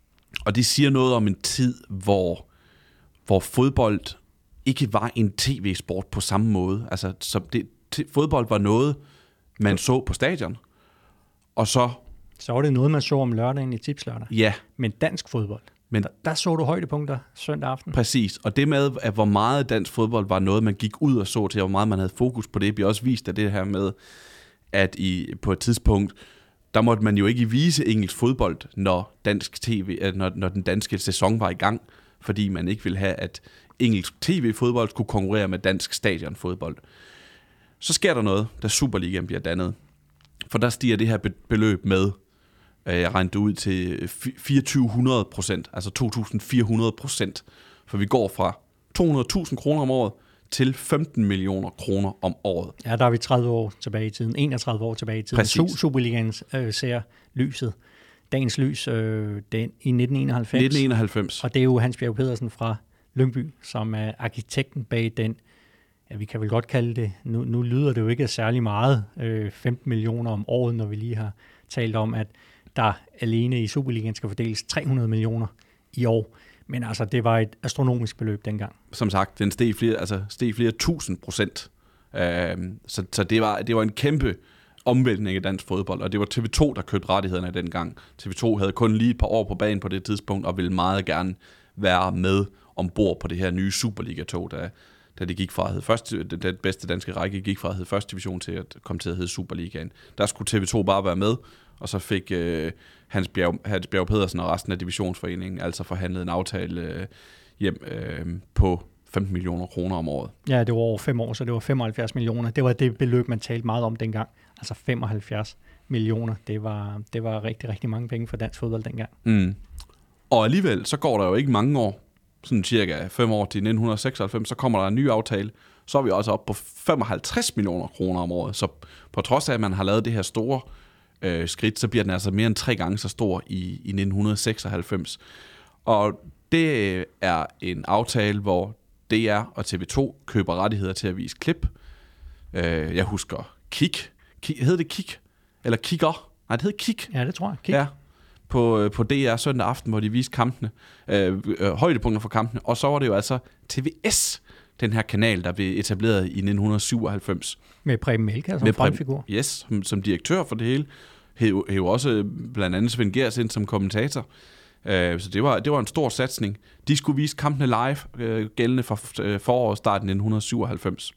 og det siger noget om en tid, hvor, hvor fodbold ikke var en tv-sport på samme måde. Altså, så det, t- fodbold var noget, man så på stadion. Og så... Så var det noget, man så om lørdagen i Tipslørdag. Ja. Men dansk fodbold, men, der, der så du højdepunkter søndag aften. Præcis. Og det med, at hvor meget dansk fodbold var noget, man gik ud og så til, og hvor meget man havde fokus på det, bliver også vist af det her med, at i, på et tidspunkt, der måtte man jo ikke vise engelsk fodbold, når, dansk TV, når, når den danske sæson var i gang, fordi man ikke ville have, at engelsk tv-fodbold skulle konkurrere med dansk stadionfodbold. Så sker der noget, da Superligaen bliver dannet. For der stiger det her beløb med, jeg regnede ud til fireogtyve hundrede procent, altså to tusind fire hundrede procent. For vi går fra to hundrede tusind kroner om året til femten millioner kroner om året. Ja, der er vi tredive år tilbage i tiden, enogtredive år tilbage i tiden. Præcis. Superligaen øh, ser lyset, dagens lys, øh, den, i nitten enoghalvfems. nitten enoghalvfems. Og det er jo Hans Bjerg Pedersen fra Lyngby, som er arkitekten bag den. Ja, vi kan vel godt kalde det, nu, nu lyder det jo ikke særlig meget, øh, femten millioner om året, når vi lige har talt om, at der alene i Superligaen skal fordeles tre hundrede millioner i år. Men altså, det var et astronomisk beløb dengang. Som sagt, den steg flere, altså steg flere tusind procent. Uh, så så det, var, det var en kæmpe omvæltning i dansk fodbold, og det var T V to, der købte rettighederne dengang. T V to havde kun lige et par år på banen på det tidspunkt, og ville meget gerne være med ombord på det her nye Superliga-tog, da, da det gik fra at hedde første, den bedste danske række gik fra at hedde første division til at komme til at hedde Superligaen. Der skulle T V to bare være med, og så fik øh, Hans, Bjerg, Hans Bjerg Pedersen og resten af divisionsforeningen altså forhandlet en aftale øh, hjem øh, på femten millioner kroner om året. Ja, det var over fem år, så det var femoghalvfjerds millioner. Det var det beløb, man talte meget om dengang. Altså femoghalvfjerds millioner. Det var, det var rigtig, rigtig mange penge for dansk fodbold dengang. Mm. Og alligevel, så går der jo ikke mange år, sådan cirka fem år til nitten seksoghalvfems, så kommer der en ny aftale. Så er vi også oppe på femoghalvtreds millioner kroner om året. Så på trods af, at man har lavet det her store øh, skridt, så bliver den altså mere end tre gange så stor i, i nitten seksoghalvfems. Og det er en aftale, hvor D R og T V to køber rettigheder til at vise klip. Øh, jeg husker Kik. Kik. Hed det Kik? Eller Kikker? Nej, det hed Kik. Ja, det tror jeg. Kik. Ja. På, på D R søndag aften, hvor de viste kampene, øh, øh, højdepunkter for kampene, og så var det jo altså T V S, den her kanal, der blev etableret i nitten syvoghalvfems. Med Preben Melka som frontfigur. Yes, som, som direktør for det hele. Hæv, hæv også blandt andet Svend Gers ind som kommentator. Øh, så det var, det var en stor satsning. De skulle vise kampene live, øh, gældende for øh, forårsstarten nitten syvoghalvfems.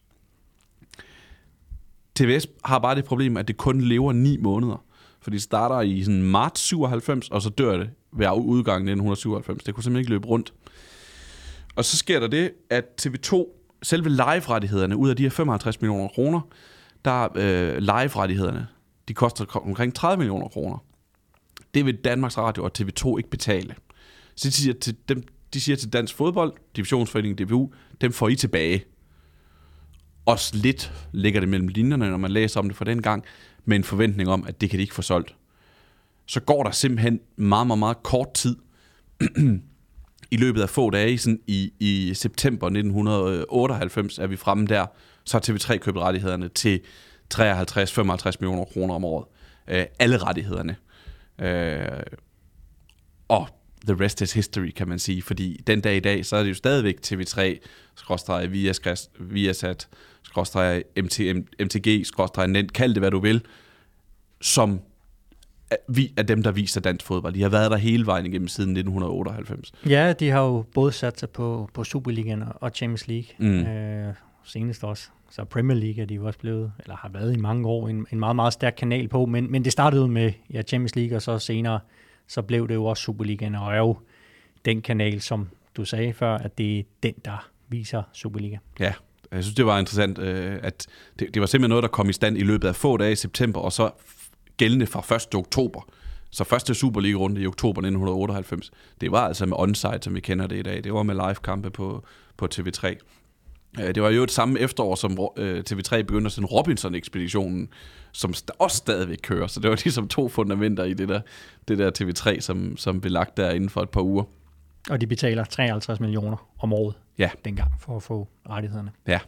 T V S har bare det problem, at det kun lever ni måneder. For de starter i sådan marts syvoghalvfems, og så dør det ved udgangen nitten syvoghalvfems. Det kunne simpelthen ikke løbe rundt. Og så sker der det, at T V to, selve live-rettighederne, ud af de her femoghalvtreds millioner kroner, der øh, live-rettighederne, de koster omkring tredive millioner kroner. Det vil Danmarks Radio og T V to ikke betale. Så de siger til, dem, de siger til Dansk Fodbold, Divisionsforeningen D B U, dem får I tilbage. Også lidt ligger det mellem linjerne, når man læser om det fra den gang, med en forventning om, at det kan de ikke få solgt. Så går der simpelthen meget, meget, meget kort tid, i løbet af få dage, sådan i, i september nitten otteoghalvfems er vi fremme der, så har T V tre købt rettighederne til treoghalvtreds til femoghalvtreds millioner kroner om året. Øh, alle rettighederne. Øh, og the rest is history, kan man sige, fordi den dag i dag, så er det jo stadigvæk T V tre, skråstreg, Viasat, skråstreg, M T G, skråstreg, Net, kald det hvad du vil, som vi er dem, der viser dansk fodbold. De har været der hele vejen igennem siden nitten otteoghalvfems. Ja, de har jo både sat sig på, på Superligaen og Champions League. Mm. Øh, senest også så Premier League er de jo også blevet, eller har været i mange år, en, en meget, meget stærk kanal på, men, men det startede med ja, Champions League, og så senere, så blev det jo også Superligaen, og er jo den kanal, som du sagde før, at det er den, der viser Superliga. Ja, jeg synes, det var interessant, at det, det var simpelthen noget, der kom i stand i løbet af få dage i september, og så gældende fra første oktober. Så første Superliga-runde i oktober nitten otteoghalvfems, det var altså med onsite, som vi kender det i dag. Det var med live-kampe på, på T V tre. Det var jo et samme efterår, som T V tre begyndte at sende Robinson-ekspeditionen, som også stadigvæk kører. Så det var ligesom to fundamenter i det der, det der T V tre, som, som blev lagt der inden for et par uger. Og de betaler treoghalvtreds millioner om året ja. dengang for at få rettighederne. Ja.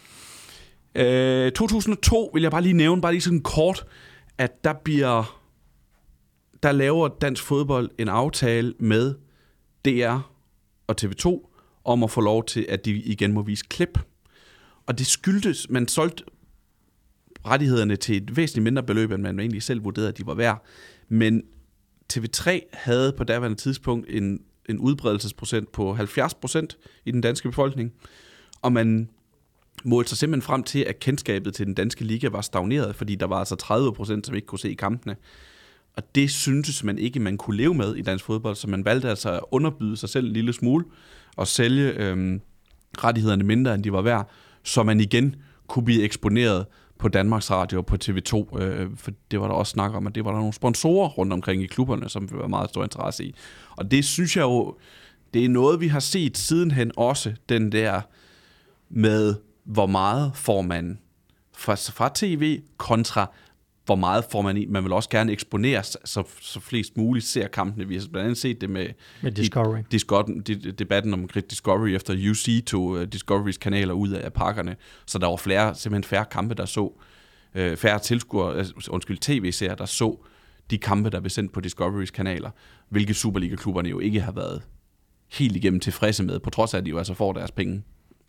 Øh, to tusind og to vil jeg bare lige nævne, bare lige sådan kort, at der bliver... Der laver Dansk Fodbold en aftale med D R og T V to om at få lov til, at de igen må vise klip. Og det skyldtes, man solgte rettighederne til et væsentligt mindre beløb, end man egentlig selv vurderede, at de var værd. Men T V tre havde på daværende tidspunkt en, en udbredelsesprocent på halvfjerds procent i den danske befolkning. Og man målte sig simpelthen frem til, at kendskabet til den danske liga var stagneret, fordi der var altså tredive procent, som ikke kunne se kampene. Og det syntes man ikke, man kunne leve med i dansk fodbold, så man valgte altså at underbyde sig selv en lille smule og sælge øhm, rettighederne mindre, end de var værd, så man igen kunne blive eksponeret på Danmarks Radio og på T V to, øh, for det var der også snak om, at det var der nogle sponsorer rundt omkring i klubberne, som vi var meget stor interesse i. Og det synes jeg jo, det er noget, vi har set sidenhen også, den der med, hvor meget får man fra, fra tv kontra hvor meget får man i. Man vil også gerne eksponere, så, så flest muligt ser kampene. Vi har blandt andet set det med, med Discovery. I, Discord, debatten om Discovery efter U C tog uh, Discoverys kanaler ud af pakkerne, så der var flere, simpelthen færre kampe, der så, uh, færre tilskuere, uh, undskyld, tv-serier, der så de kampe, der blev sendt på Discoverys kanaler, hvilke Superliga-klubberne jo ikke har været helt igennem tilfredse med, på trods af, at de jo altså får deres penge.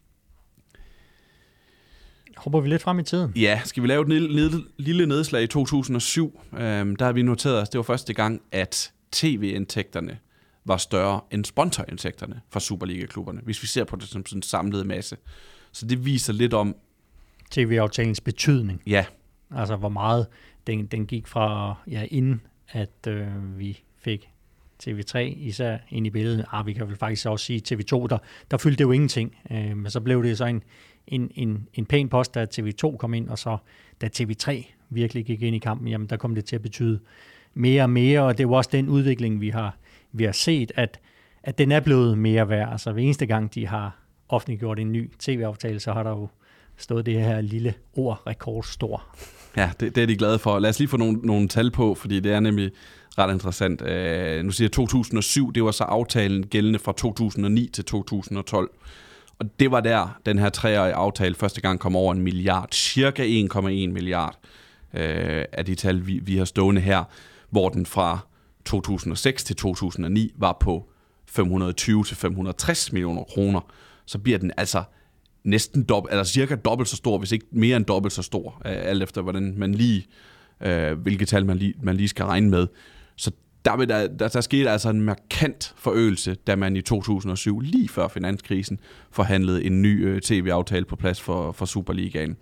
Hopper vi lidt frem i tiden? Ja, skal vi lave et lille, lille nedslag i to tusind og syv? Øhm, der har vi noteret os, det var første gang, at tv-indtægterne var større end sponsorindtægterne fra Superliga-klubberne, hvis vi ser på det som sådan en samlet masse. Så det viser lidt om... T V-aftalens betydning. Ja. Altså, hvor meget den, den gik fra, ja, inden at øh, vi fik T V tre især ind i billedet. Ah, vi kan vel faktisk også sige T V to, der, der fyldte det jo ingenting. Øh, men så blev det så en... En, en, en pæn post, da T V to kom ind, og så da T V tre virkelig gik ind i kampen, jamen der kom det til at betyde mere og mere, og det er jo også den udvikling, vi har, vi har set, at, at den er blevet mere værd. Altså hver eneste gang, de har offentliggjort en ny tv-aftale, så har der jo stået det her lille ord rekordstor. Ja, det, det er de glade for. Lad os lige få nogle, nogle tal på, fordi det er nemlig ret interessant. Uh, nu siger jeg to tusind og syv, det var så aftalen gældende fra to tusind og ni til to tusind og tolv. Og det var der, den her treårige aftale første gang kom over en milliard. Cirka en komma en milliard øh, af de tal, vi, vi har stående her, hvor den fra to tusind og seks til to tusind og ni var på fem hundrede og tyve til fem hundrede og tres millioner kroner. Så bliver den altså næsten dobbelt, eller cirka dobbelt så stor, hvis ikke mere end dobbelt så stor, øh, alt efter hvordan man lige, øh, hvilke tal man lige, man lige skal regne med. Så Der, der, der, der skete altså en markant forøgelse, da man i to tusind og syv, lige før finanskrisen, forhandlede en ny øh, tv-aftale på plads for, for Superligaen.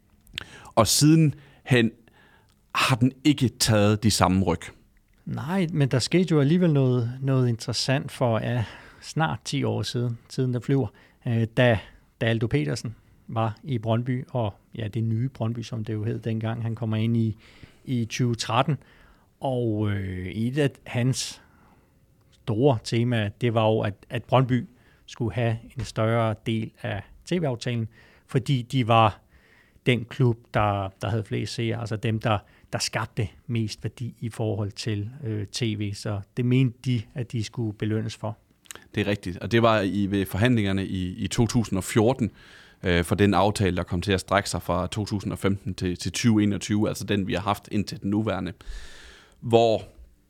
Og siden hen har den ikke taget de samme ryg. Nej, men der skete jo alligevel noget, noget interessant for ja, snart ti år siden, tiden der flyver, øh, da, da Aldo Petersen var i Brøndby, og ja, det nye Brøndby, som det jo hed dengang, han kommer ind i, i tyve tretten. Og øh, et af hans store temaer, det var jo, at, at Brøndby skulle have en større del af tv-aftalen, fordi de var den klub, der, der havde flest seere, altså dem, der, der skabte mest værdi i forhold til øh, tv. Så det mente de, at de skulle belønnes for. Det er rigtigt, og det var i ved forhandlingerne i, i to tusind og fjorten, øh, for den aftale, der kom til at strække sig fra to tusind og femten til, til tyve enogtyve, altså den, vi har haft indtil den nuværende. Hvor,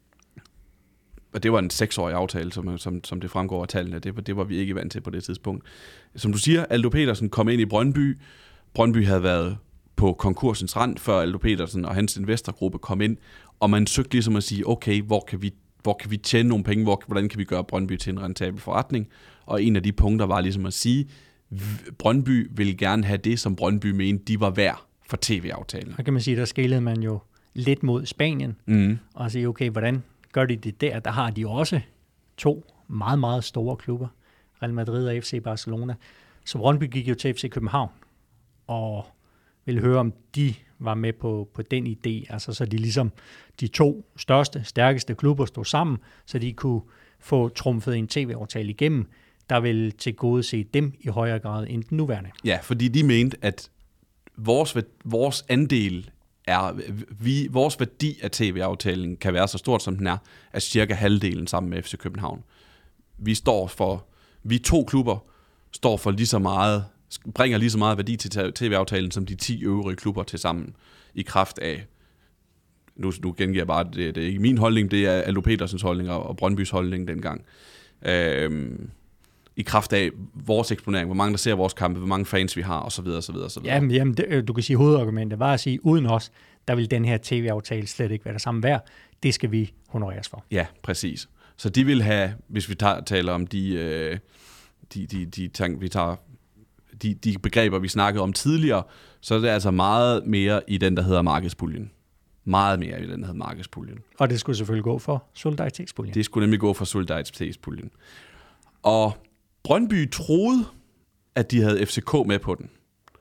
og det var en seksårig aftale, som, som, som det fremgår af tallene, det, det var vi ikke vant til på det tidspunkt. Som du siger, Aldo Petersen kom ind i Brøndby. Brøndby havde været på konkursens rand, før Aldo Petersen og hans investorgruppe kom ind, og man søgte ligesom at sige, okay, hvor kan vi, hvor kan vi tjene nogle penge, hvor, hvordan kan vi gøre Brøndby til en rentabel forretning? Og en af de punkter var ligesom at sige, Brøndby ville gerne have det, som Brøndby mente, de var værd for tv-aftalen. Så kan man sige, der skælede man jo lidt mod Spanien, mm. og sige, okay, hvordan gør de det der? Der har de også to meget, meget store klubber, Real Madrid og F C Barcelona. Så Brøndby gik jo til F C København, og ville høre, om de var med på, på den idé, altså så de ligesom de to største, stærkeste klubber stod sammen, så de kunne få trumfet en tv-aftale igennem, der vil tilgodese dem i højere grad end den nuværende. Ja, fordi de mente, at vores, vores andel er, vi, vores værdi af tv-aftalen kan være så stort, som den er, er cirka halvdelen sammen med F C København. Vi står for, vi to klubber står for lige så meget, bringer lige så meget værdi til tv-aftalen, som de ti øvrige klubber til sammen, i kraft af, nu, nu gengiver jeg bare, det, det er ikke min holdning, det er Aldo Petersens holdning og Brøndbys holdning dengang. Øhm, i kraft af vores eksponering, hvor mange der ser vores kampe, hvor mange fans vi har, osv. osv., osv. Jamen, jamen det, du kan sige, hovedargumentet var at sige, uden os, der vil den her tv-aftale slet ikke være det samme værd. Det skal vi honoreres for. Ja, præcis. Så de vil have, hvis vi tager, taler om de, øh, de, de, de, tank, vi tager, de, de begreber, vi snakkede om tidligere, så er det altså meget mere i den, der hedder markedspuljen. Meget mere i den, der hedder markedspuljen. Og det skulle selvfølgelig gå for solidaritetspuljen. Det skulle nemlig gå for solidaritetspuljen. Og Brøndby troede, at de havde F C K med på den.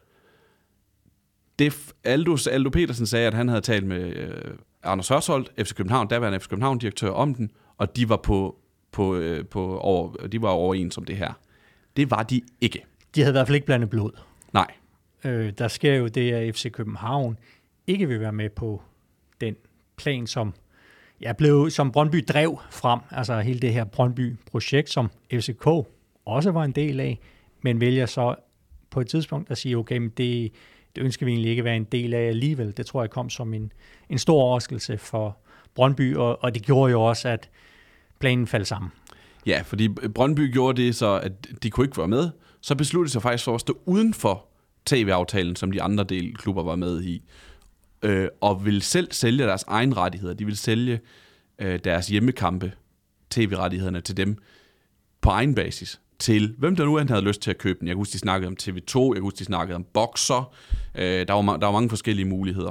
Det, Aldo, Aldo Petersen sagde, at han havde talt med øh, Anders Hørsholt, F C København, daværende F C København-direktør, om den, og de var på, på, øh, på over, de var overens om det her. Det var de ikke. De havde i hvert fald ikke blandet blod. Nej. Øh, der sker jo det, at F C København ikke vil være med på den plan, som jeg blev, som Brøndby drev frem, altså hele det her Brøndby-projekt, som F C K også var en del af, men vælger så på et tidspunkt at sige, okay, men det, det ønsker vi egentlig ikke at være en del af alligevel. Det tror jeg kom som en, en stor overraskelse for Brøndby, og, og det gjorde jo også, at planen faldt sammen. Ja, fordi Brøndby gjorde det så, at de kunne ikke være med. Så besluttede de sig faktisk for at stå uden for tv-aftalen, som de andre del klubber var med i, øh, og ville selv sælge deres egen rettigheder. De ville sælge øh, deres hjemmekampe, tv-rettighederne til dem på egen basis, til hvem der nu end havde lyst til at købe den. Jeg kunne huske, de snakkede om T V to, jeg kunne huske, de snakkede om Boxer. Øh, der, var ma- der var mange forskellige muligheder.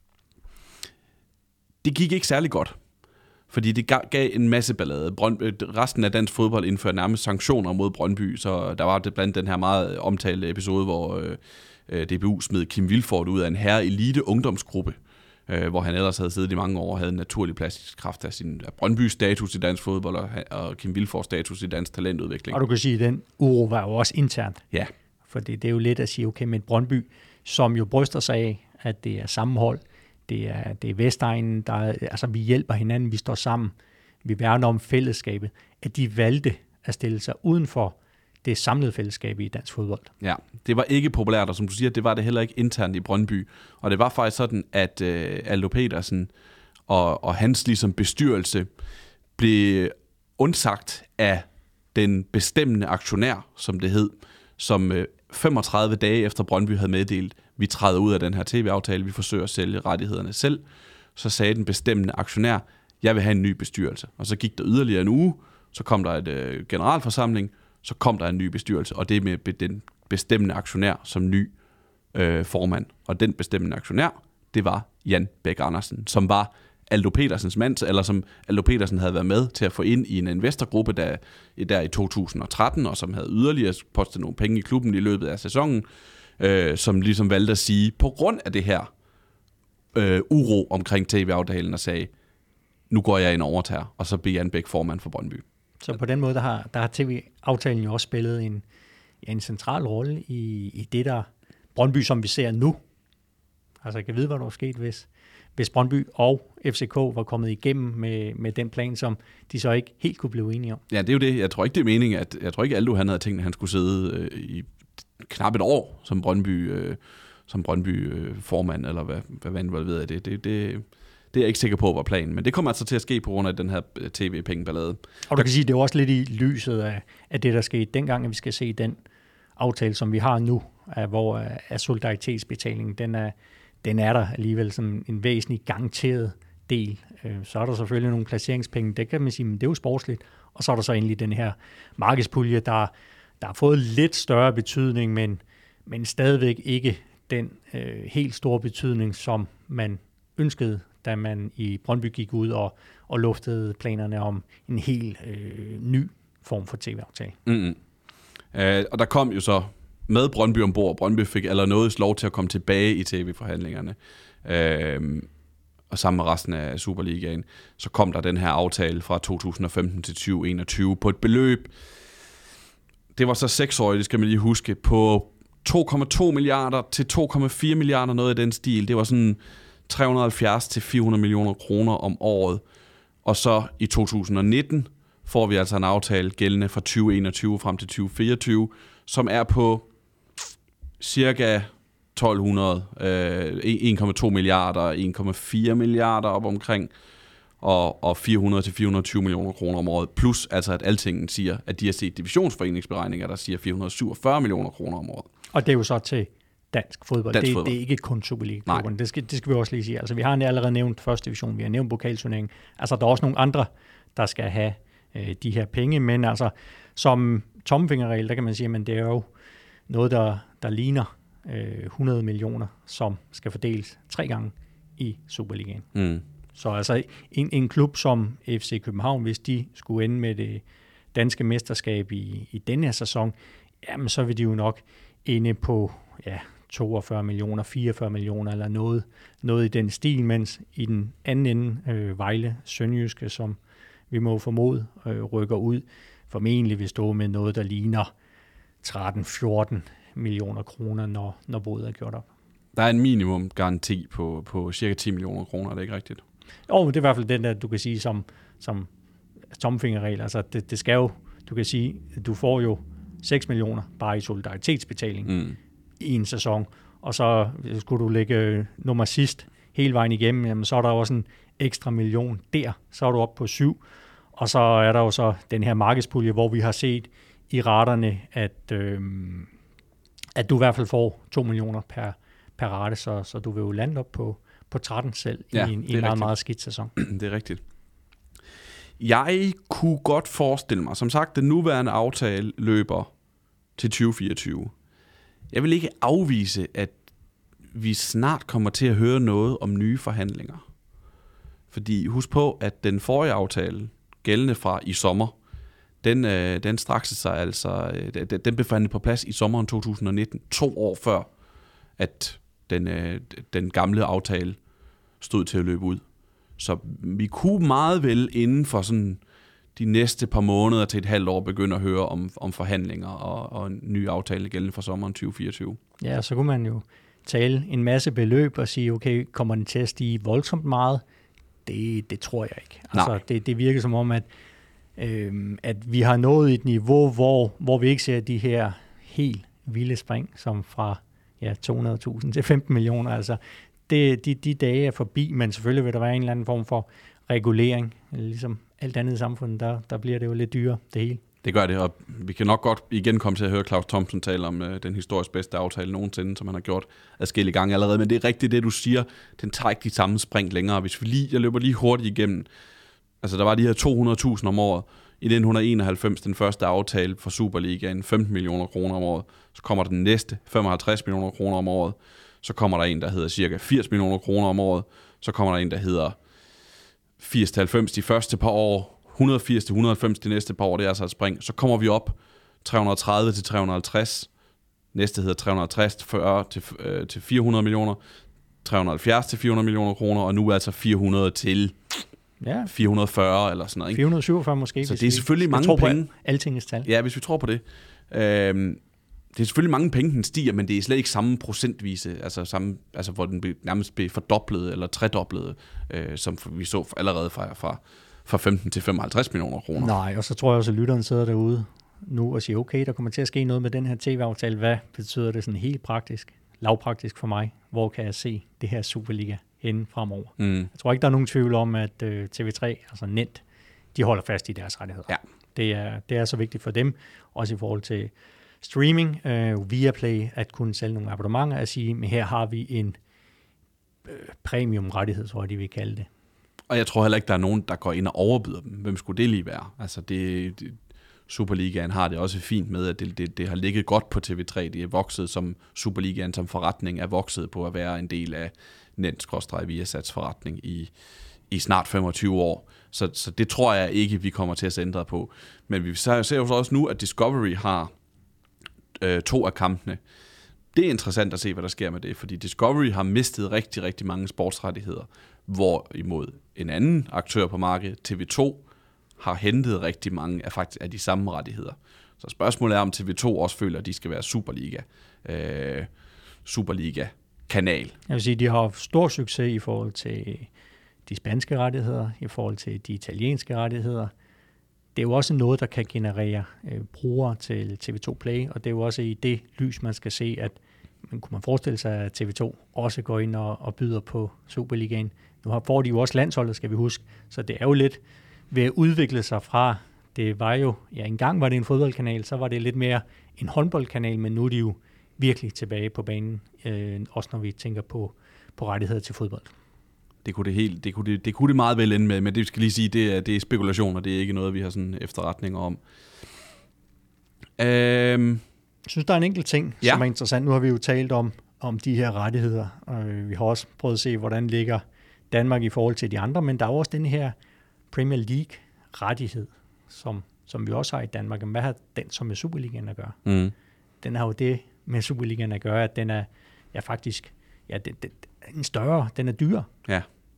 Det gik ikke særlig godt, fordi det gav en masse ballade. Brøndby, resten af dansk fodbold indførte nærmest sanktioner mod Brøndby, så der var det blandt den her meget omtalte episode, hvor øh, D B U smed Kim Vilfort ud af en herre-elite ungdomsgruppe, øh, hvor han ellers havde siddet i mange år og havde en naturlig plads i kraft af sin Brøndby status i dansk fodbold og, og Kim Vilfort status i dansk talentudvikling. Og du kan sige, at den uro var jo også internt. Ja. For det, det er jo lidt at sige, okay, med Brøndby, som jo bryster sig af, at det er sammenhold, det er, det er Vestegnen, der er, altså vi hjælper hinanden, vi står sammen, vi værner om fællesskabet, at de valgte at stille sig uden for det samlede fællesskab i dansk fodbold. Ja, det var ikke populært, og som du siger, det var det heller ikke internt i Brøndby. Og det var faktisk sådan, at øh, Aldo Petersen og, og hans ligesom bestyrelse blev undsagt af den bestemmende aktionær, som det hed, som øh, femogtredive dage efter Brøndby havde meddelt, vi træder ud af den her tv-aftale, vi forsøger at sælge rettighederne selv, så sagde den bestemmende aktionær, jeg vil have en ny bestyrelse. Og så gik der yderligere en uge, så kom der et øh, generalforsamling, så kom der en ny bestyrelse, og det med den bestemmende aktionær som ny øh, formand. Og den bestemmende aktionær, det var Jan Bæk Andersen, som var Aldo Petersens mand, eller som Aldo Petersen havde været med til at få ind i en investorgruppe der, der i to tusind og tretten, og som havde yderligere postet nogle penge i klubben i løbet af sæsonen, øh, som ligesom valgte at sige, på grund af det her øh, uro omkring tv-aftalen, og sagde, nu går jeg ind og overtager, og så blev Jan Bæk formand for Brøndby. Så på den måde, der har, der har tv-aftalen jo også spillet en, en central rolle i, i det der Brøndby, som vi ser nu. Altså jeg kan vide, hvad der var sket, hvis, hvis Brøndby og F C K var kommet igennem med, med den plan, som de så ikke helt kunne blive enige om. Ja, det er jo det. Jeg tror ikke, det er meningen, at jeg tror ikke, Aldo han havde tænkt, at han skulle sidde øh, i knap et år som Brøndby, øh, som Brøndby øh, formand, eller hvad, hvad man ved af det. Det, det Det er jeg ikke sikker på, var planen, men det kommer altså til at ske på grund af den her tv-pengeballade. Og du kan sige, det er også lidt i lyset af, af det, der skete dengang, at vi skal se den aftale, som vi har nu, af, hvor af solidaritetsbetalingen, den er, den er der alligevel som en væsentlig garanteret del. Så er der selvfølgelig nogle placeringspenge, det kan man sige, men det er jo sportsligt. Og så er der så endelig den her markedspulje, der, der har fået lidt større betydning, men, men stadigvæk ikke den øh, helt store betydning, som man ønskede, da man i Brøndby gik ud og, og luftede planerne om en helt øh, ny form for tv-aftale. Mm-hmm. Øh, og der kom jo så med Brøndby ombord. Brøndby fik allernådigst lov til at komme tilbage i tv-forhandlingerne. Øh, og sammen med resten af Superligaen, så kom der den her aftale fra to tusind og femten til tyve enogtyve på et beløb. Det var så seksårigt, det skal man lige huske, på to komma to milliarder til to komma fire milliarder, noget i den stil. Det var sådan tre hundrede og halvfjerds til fire hundrede millioner kroner om året. Og så i to tusind og nitten får vi altså en aftale gældende fra tyve enogtyve frem til tyve fireogtyve, som er på cirka tolv hundrede, øh, en komma to milliarder, en komma fire milliarder op omkring, og, og fire hundrede til fire hundrede og tyve millioner kroner om året, plus altså at Altingen siger, at de har set divisionsforeningsberegninger, der siger fire hundrede og syvogfyrre millioner kroner om året. Og det er jo så til dansk fodbold. Dansk det, fodbold. det er ikke kun Superliga-klubberne. Det skal, det skal vi også lige sige. Altså, vi har allerede nævnt første division, vi har nævnt pokalturneringen. Altså, der er også nogle andre, der skal have øh, de her penge, men altså, som tommelfingerregel, der kan man sige, at det er jo noget, der, der ligner øh, hundrede millioner, som skal fordeles tre gange i Superligaen. Mm. Så altså en, en klub som F C København, hvis de skulle ende med det danske mesterskab i, i denne her sæson, jamen så vil de jo nok ende på ja, toogfyrre millioner, fireogfyrre millioner eller noget, noget i den stil, mens i den anden ende øh, Vejle Sønderjyske, som vi må formode øh, rykker ud, formentlig vil stå med noget, der ligner tretten fjorten millioner kroner, når, når boet er gjort op. Der er en minimum garanti på, på cirka ti millioner kroner, er det ikke rigtigt? Jo, det er i hvert fald den der, du kan sige, som, som tomfingerregel. Altså, det, det skal jo, du kan sige, du får jo seks millioner bare i solidaritetsbetaling mm. i en sæson, og så skulle du lægge nummer sidst hele vejen igennem, jamen, så er der også en ekstra million der, så er du oppe på syv, og så er der jo så den her markedspulje, hvor vi har set i raterne, at, øh, at du i hvert fald får to millioner per, per rate, så, så du vil jo lande op på på tretten selv ja, i en, i en meget, meget skidt sæson. Det er rigtigt. Jeg kunne godt forestille mig, som sagt, den nuværende aftale løber til tyve fireogtyve. Jeg vil ikke afvise, at vi snart kommer til at høre noget om nye forhandlinger. Fordi husk på, at den forrige aftale, gældende fra i sommer, den, øh, den strakte sig altså, øh, den blev forhandlet på plads i sommeren to tusind og nitten, to år før, at den, øh, den gamle aftale stod til at løbe ud. Så vi kunne meget vel inden for sådan de næste par måneder til et halvt år begynde at høre om, om forhandlinger og, og en ny aftale gældende fra sommeren tyve fireogtyve. Ja, så kunne man jo tale en masse beløb og sige, okay, kommer den til at stige voldsomt meget? Det, det tror jeg ikke. Altså, det, det virker som om, at, øh, at vi har nået et niveau, hvor, hvor vi ikke ser de her helt vilde spring, som fra ja, to hundrede tusind til femten millioner. Altså, det, de, de dage er forbi, men selvfølgelig vil der være en eller anden form for regulering. Ligesom alt andet i samfundet, der, der bliver det jo lidt dyrere, det hele. Det gør det, og vi kan nok godt igen komme til at høre Claus Thomsen tale om øh, den historisk bedste aftale nogensinde, som han har gjort adskillige gange allerede. Men det er rigtigt det, du siger. Den tager ikke de samme spring længere. Hvis vi lige, jeg løber lige hurtigt igennem. Altså, der var de her to hundrede tusind om året. I nitten enoghalvfems, den første aftale for Superligaen, femten millioner kroner om året. Så kommer den næste, femoghalvtreds millioner kroner om året. Så kommer der en, der hedder cirka firs millioner kroner om året. Så kommer der en, der hedder firs til halvfems de første par år. et hundrede og firs til et hundrede og halvfems de næste par år, det er altså et spring. Så kommer vi op tre hundrede og tredive til tre hundrede og halvtreds. Næste hedder tre hundrede og tres til fyrre til fire hundrede millioner. tre hundrede og halvfjerds til fire hundrede millioner kroner. Og nu er altså fire hundrede til ja. fire hundrede og fyrre eller sådan noget. Ikke? fire hundrede og syvogfyrre måske. Så det er selvfølgelig mange penge. Altingets tal. Ja, hvis vi tror på det. Øhm, det er selvfølgelig mange penge, den stiger, men det er slet ikke samme procentvise, altså, samme, altså hvor den be, nærmest blev fordoblet eller tredoblet, øh, som vi så allerede fra, fra, fra femten til femoghalvtreds millioner kroner. Nej, og så tror jeg også, at lytteren sidder derude nu og siger, okay, der kommer til at ske noget med den her tv-aftale. Hvad betyder det sådan helt praktisk, lavpraktisk for mig? Hvor kan jeg se det her Superliga henne fremover? Mm. Jeg tror ikke, der er nogen tvivl om, at øh, T V tre, altså Net, de holder fast i deres rettigheder. Ja. Det er, det er så vigtigt for dem, også i forhold til streaming, øh, Viaplay, at kunne sælge nogle abonnementer, at sige, men her har vi en øh, premium-rettighed, tror jeg, de vil kalde det. Og jeg tror heller ikke, der er nogen, der går ind og overbyder dem. Hvem skulle det lige være? Altså, det, det Superligaen har det også fint med, at det, det, det har ligget godt på T V tre. Det er vokset som Superligaen som forretning er vokset på at være en del af Net-Viasats forretning i, i snart femogtyve år. Så, så det tror jeg ikke, vi kommer til at se ændre på. Men vi ser jo så også nu, at Discovery har øh, to af kampene. Det er interessant at se, hvad der sker med det, fordi Discovery har mistet rigtig, rigtig mange sportsrettigheder, hvorimod en anden aktør på markedet, T V to, har hentet rigtig mange af, faktisk, af de samme rettigheder. Så spørgsmålet er, om T V to også føler, at de skal være Superliga. Øh, Superliga-kanal. Jeg vil sige, at de har haft stor succes i forhold til de spanske rettigheder, i forhold til de italienske rettigheder. Det er jo også noget, der kan generere øh, brugere til T V to Play, og det er jo også i det lys, man skal se, at man kunne man forestille sig, at T V to også går ind og, og byder på Superligaen. Nu har, får de jo også landsholdet, skal vi huske, så det er jo lidt ved at udvikle sig fra, det var jo, ja engang var det en fodboldkanal, så var det lidt mere en håndboldkanal, men nu er de jo virkelig tilbage på banen, øh, også når vi tænker på, på rettigheder til fodbold. Det kunne det, helt, det, kunne det, det kunne det meget vel ende med, men det skal lige sige, det er, det er spekulationer, det er ikke noget, vi har sådan efterretninger om. Øhm, Jeg synes, der er en enkelt ting, ja. som er interessant. Nu har vi jo talt om, om de her rettigheder, og vi har også prøvet at se, hvordan ligger Danmark i forhold til de andre, men der er jo også den her Premier League-rettighed, som, som vi også har i Danmark. Men hvad har den så med Superligaen at gøre? mm. Den har jo det med Superligaen at gøre, at den er ja, faktisk ja, det, det, en større, den er dyr. Ja,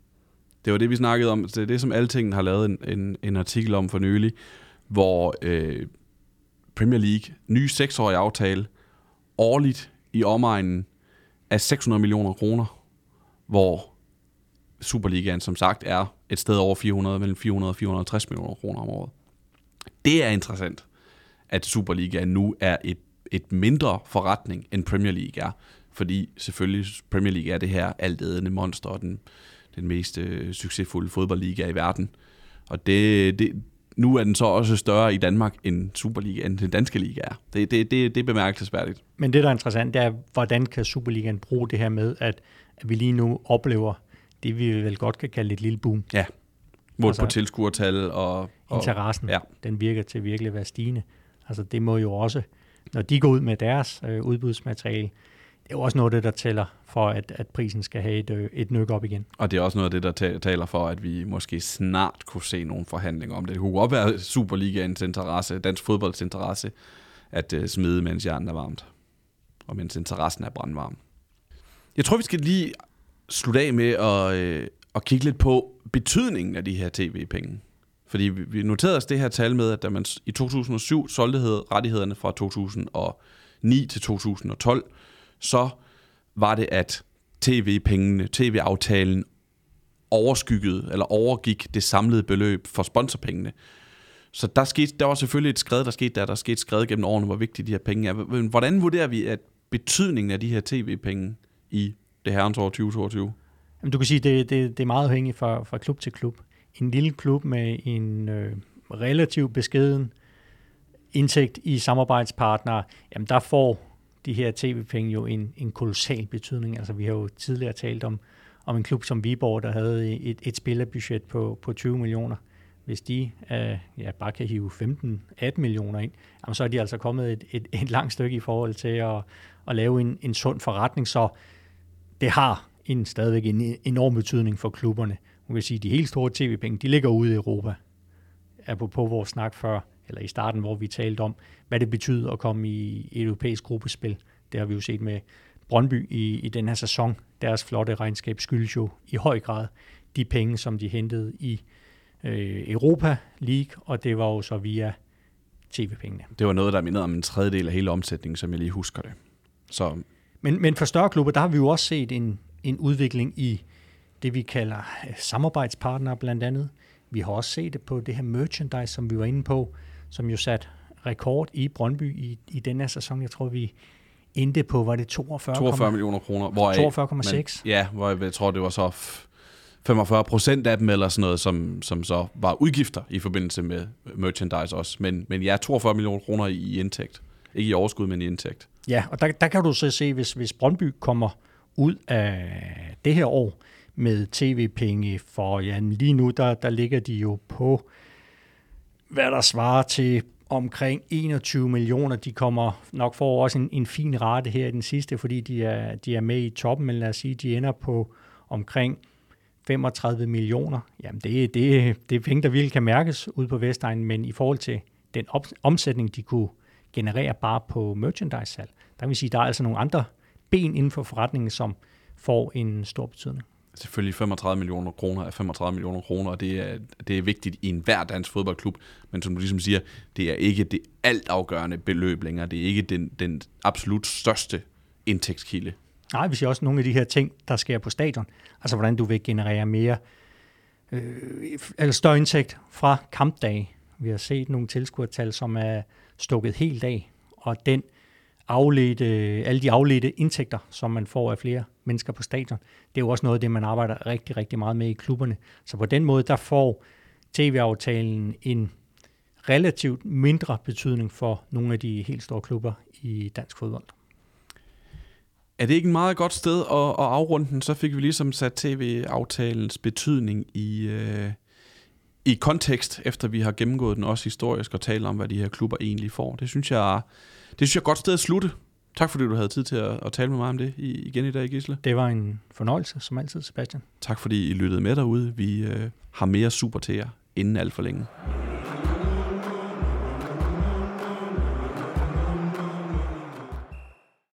det var det, vi snakkede om. Det er det, som Alting har lavet en, en, en artikel om for nylig, hvor øh, Premier League, ny seksårig aftale, årligt i omegnen af seks hundrede millioner kroner, hvor Superligaen som sagt er et sted over fire hundrede, mellem fire hundrede og fire hundrede og tres millioner kroner om året. Det er interessant, at Superligaen nu er et, et mindre forretning, end Premier League er. Fordi selvfølgelig Premier League er det her altædende monster, og den, den mest øh, succesfulde fodboldliga i verden. Og det, det, nu er den så også større i Danmark end Superliga, end den danske liga er. Det, det, det, det er bemærkelsesværdigt. Men det, der er interessant, det er, hvordan kan Superligaen bruge det her med, at, at vi lige nu oplever det, vi vel godt kan kalde et lille boom. Ja, målt altså, på tilskuertal og... og interessen, ja. Den virker til virkelig at være stigende. Altså det må jo også, når de går ud med deres øh, udbudsmateriale, det er jo også noget af det, der tæller for, at, at prisen skal have et, et nyk op igen. Og det er også noget af det, der taler for, at vi måske snart kunne se nogle forhandlinger om det. Det kunne godt være Superligaens interesse, dansk fodbolds interesse, at uh, smide, mens jernet er varmt. Og mens interessen er brandvarm. Jeg tror, vi skal lige slutte af med at, øh, at kigge lidt på betydningen af de her tv-penge. Fordi vi, vi noterede os det her tal med, at da man i to tusind og syv solgte rettighederne fra to tusind og ni til to tusind og tolv, så var det, at tv-pengene, tv-aftalen overskyggede, eller overgik det samlede beløb for sponsorpengene. Så der, skete, der var selvfølgelig et skred, der skete der, der skete skred gennem årene, hvor vigtige de her penge er. Men hvordan vurderer vi, at betydningen af de her tv-penge i det herrens år tyve toogtyve? Jamen, du kan sige, at det, det, det er meget afhængigt fra, fra klub til klub. En lille klub med en øh, relativt beskeden indtægt i samarbejdspartnere, jamen der får de her tv-penge jo en, en kolossal betydning. Altså vi har jo tidligere talt om, om en klub som Viborg, der havde et, et spillerbudget på, på tyve millioner. Hvis de øh, ja, bare kan hive femten atten millioner ind, jamen, så er de altså kommet et, et, et langt stykke i forhold til at, at lave en, en sund forretning. Så det har en, stadigvæk en enorm betydning for klubberne. Man kan sige, at de helt store tv-penge, de ligger ude i Europa. Apropos vores snak før, eller i starten, hvor vi talte om, hvad det betyder at komme i et europæisk gruppespil. Det har vi jo set med Brøndby i, i den her sæson. Deres flotte regnskab skyldes jo i høj grad de penge, som de hentede i øh, Europa League, og det var jo så via tv-pengene. Det var noget, der mindede om en tredjedel af hele omsætningen, som jeg lige husker det. Så. Men, men for større klubber, der har vi jo også set en, en udvikling i det, vi kalder samarbejdspartnere blandt andet. Vi har også set det på det her merchandise, som vi var inde på, som jo satte rekord i Brøndby i, i den her sæson. Jeg tror, vi endte på, var det toogfyrre millioner kroner. Hvor toogfyrre komma seks. Ja, hvor jeg, jeg tror, det var så femogfyrre procent af dem, eller sådan noget, som, som så var udgifter i forbindelse med merchandise også. Men, men ja, toogfyrre millioner kroner i indtægt. Ikke i overskud, men i indtægt. Ja, og der, der kan du så se, hvis, hvis Brøndby kommer ud af det her år med tv-penge for, ja, lige nu, der, der ligger de jo på, hvad der svarer til omkring enogtyve millioner. De kommer nok for også en, en fin rate her i den sidste, fordi de er, de er med i toppen, men lad os sige, de ender på omkring femogtredive millioner. Jamen, det, det, det er penge, der virkelig kan mærkes ude på Vestegnen, men i forhold til den op, omsætning, de kunne generere bare på merchandise-salg, der vil sige, der er altså nogle andre ben inden for forretningen, som får en stor betydning. Selvfølgelig femogtredive millioner kroner er femogtredive millioner kroner, og det er, det er vigtigt i enhver dansk fodboldklub, men som du ligesom siger, det er ikke det altafgørende beløb længere, det er ikke den, den absolut største indtægtskilde. Nej, vi ser også nogle af de her ting, der sker på stadion, altså hvordan du vil generere mere øh, eller større indtægt fra kampdage. Vi har set nogle tilskuertal, som er stukket helt af, og den afledte, alle de afledte indtægter, som man får af flere mennesker på stadion, det er jo også noget af det, man arbejder rigtig, rigtig meget med i klubberne. Så på den måde, der får tv-aftalen en relativt mindre betydning for nogle af de helt store klubber i dansk fodbold. Er det ikke et meget godt sted at, at afrunde den? Så fik vi ligesom sat tv-aftalens betydning i, øh, i kontekst, efter vi har gennemgået den også historisk og talt om, hvad de her klubber egentlig får. Det synes jeg, det synes jeg er et godt sted at slutte. Tak fordi du havde tid til at, at tale med mig om det igen i dag, Gisle. Det var en fornøjelse, som altid, Sebastian. Tak fordi I lyttede med derude. Vi øh, har mere super til jer inden alt for længe.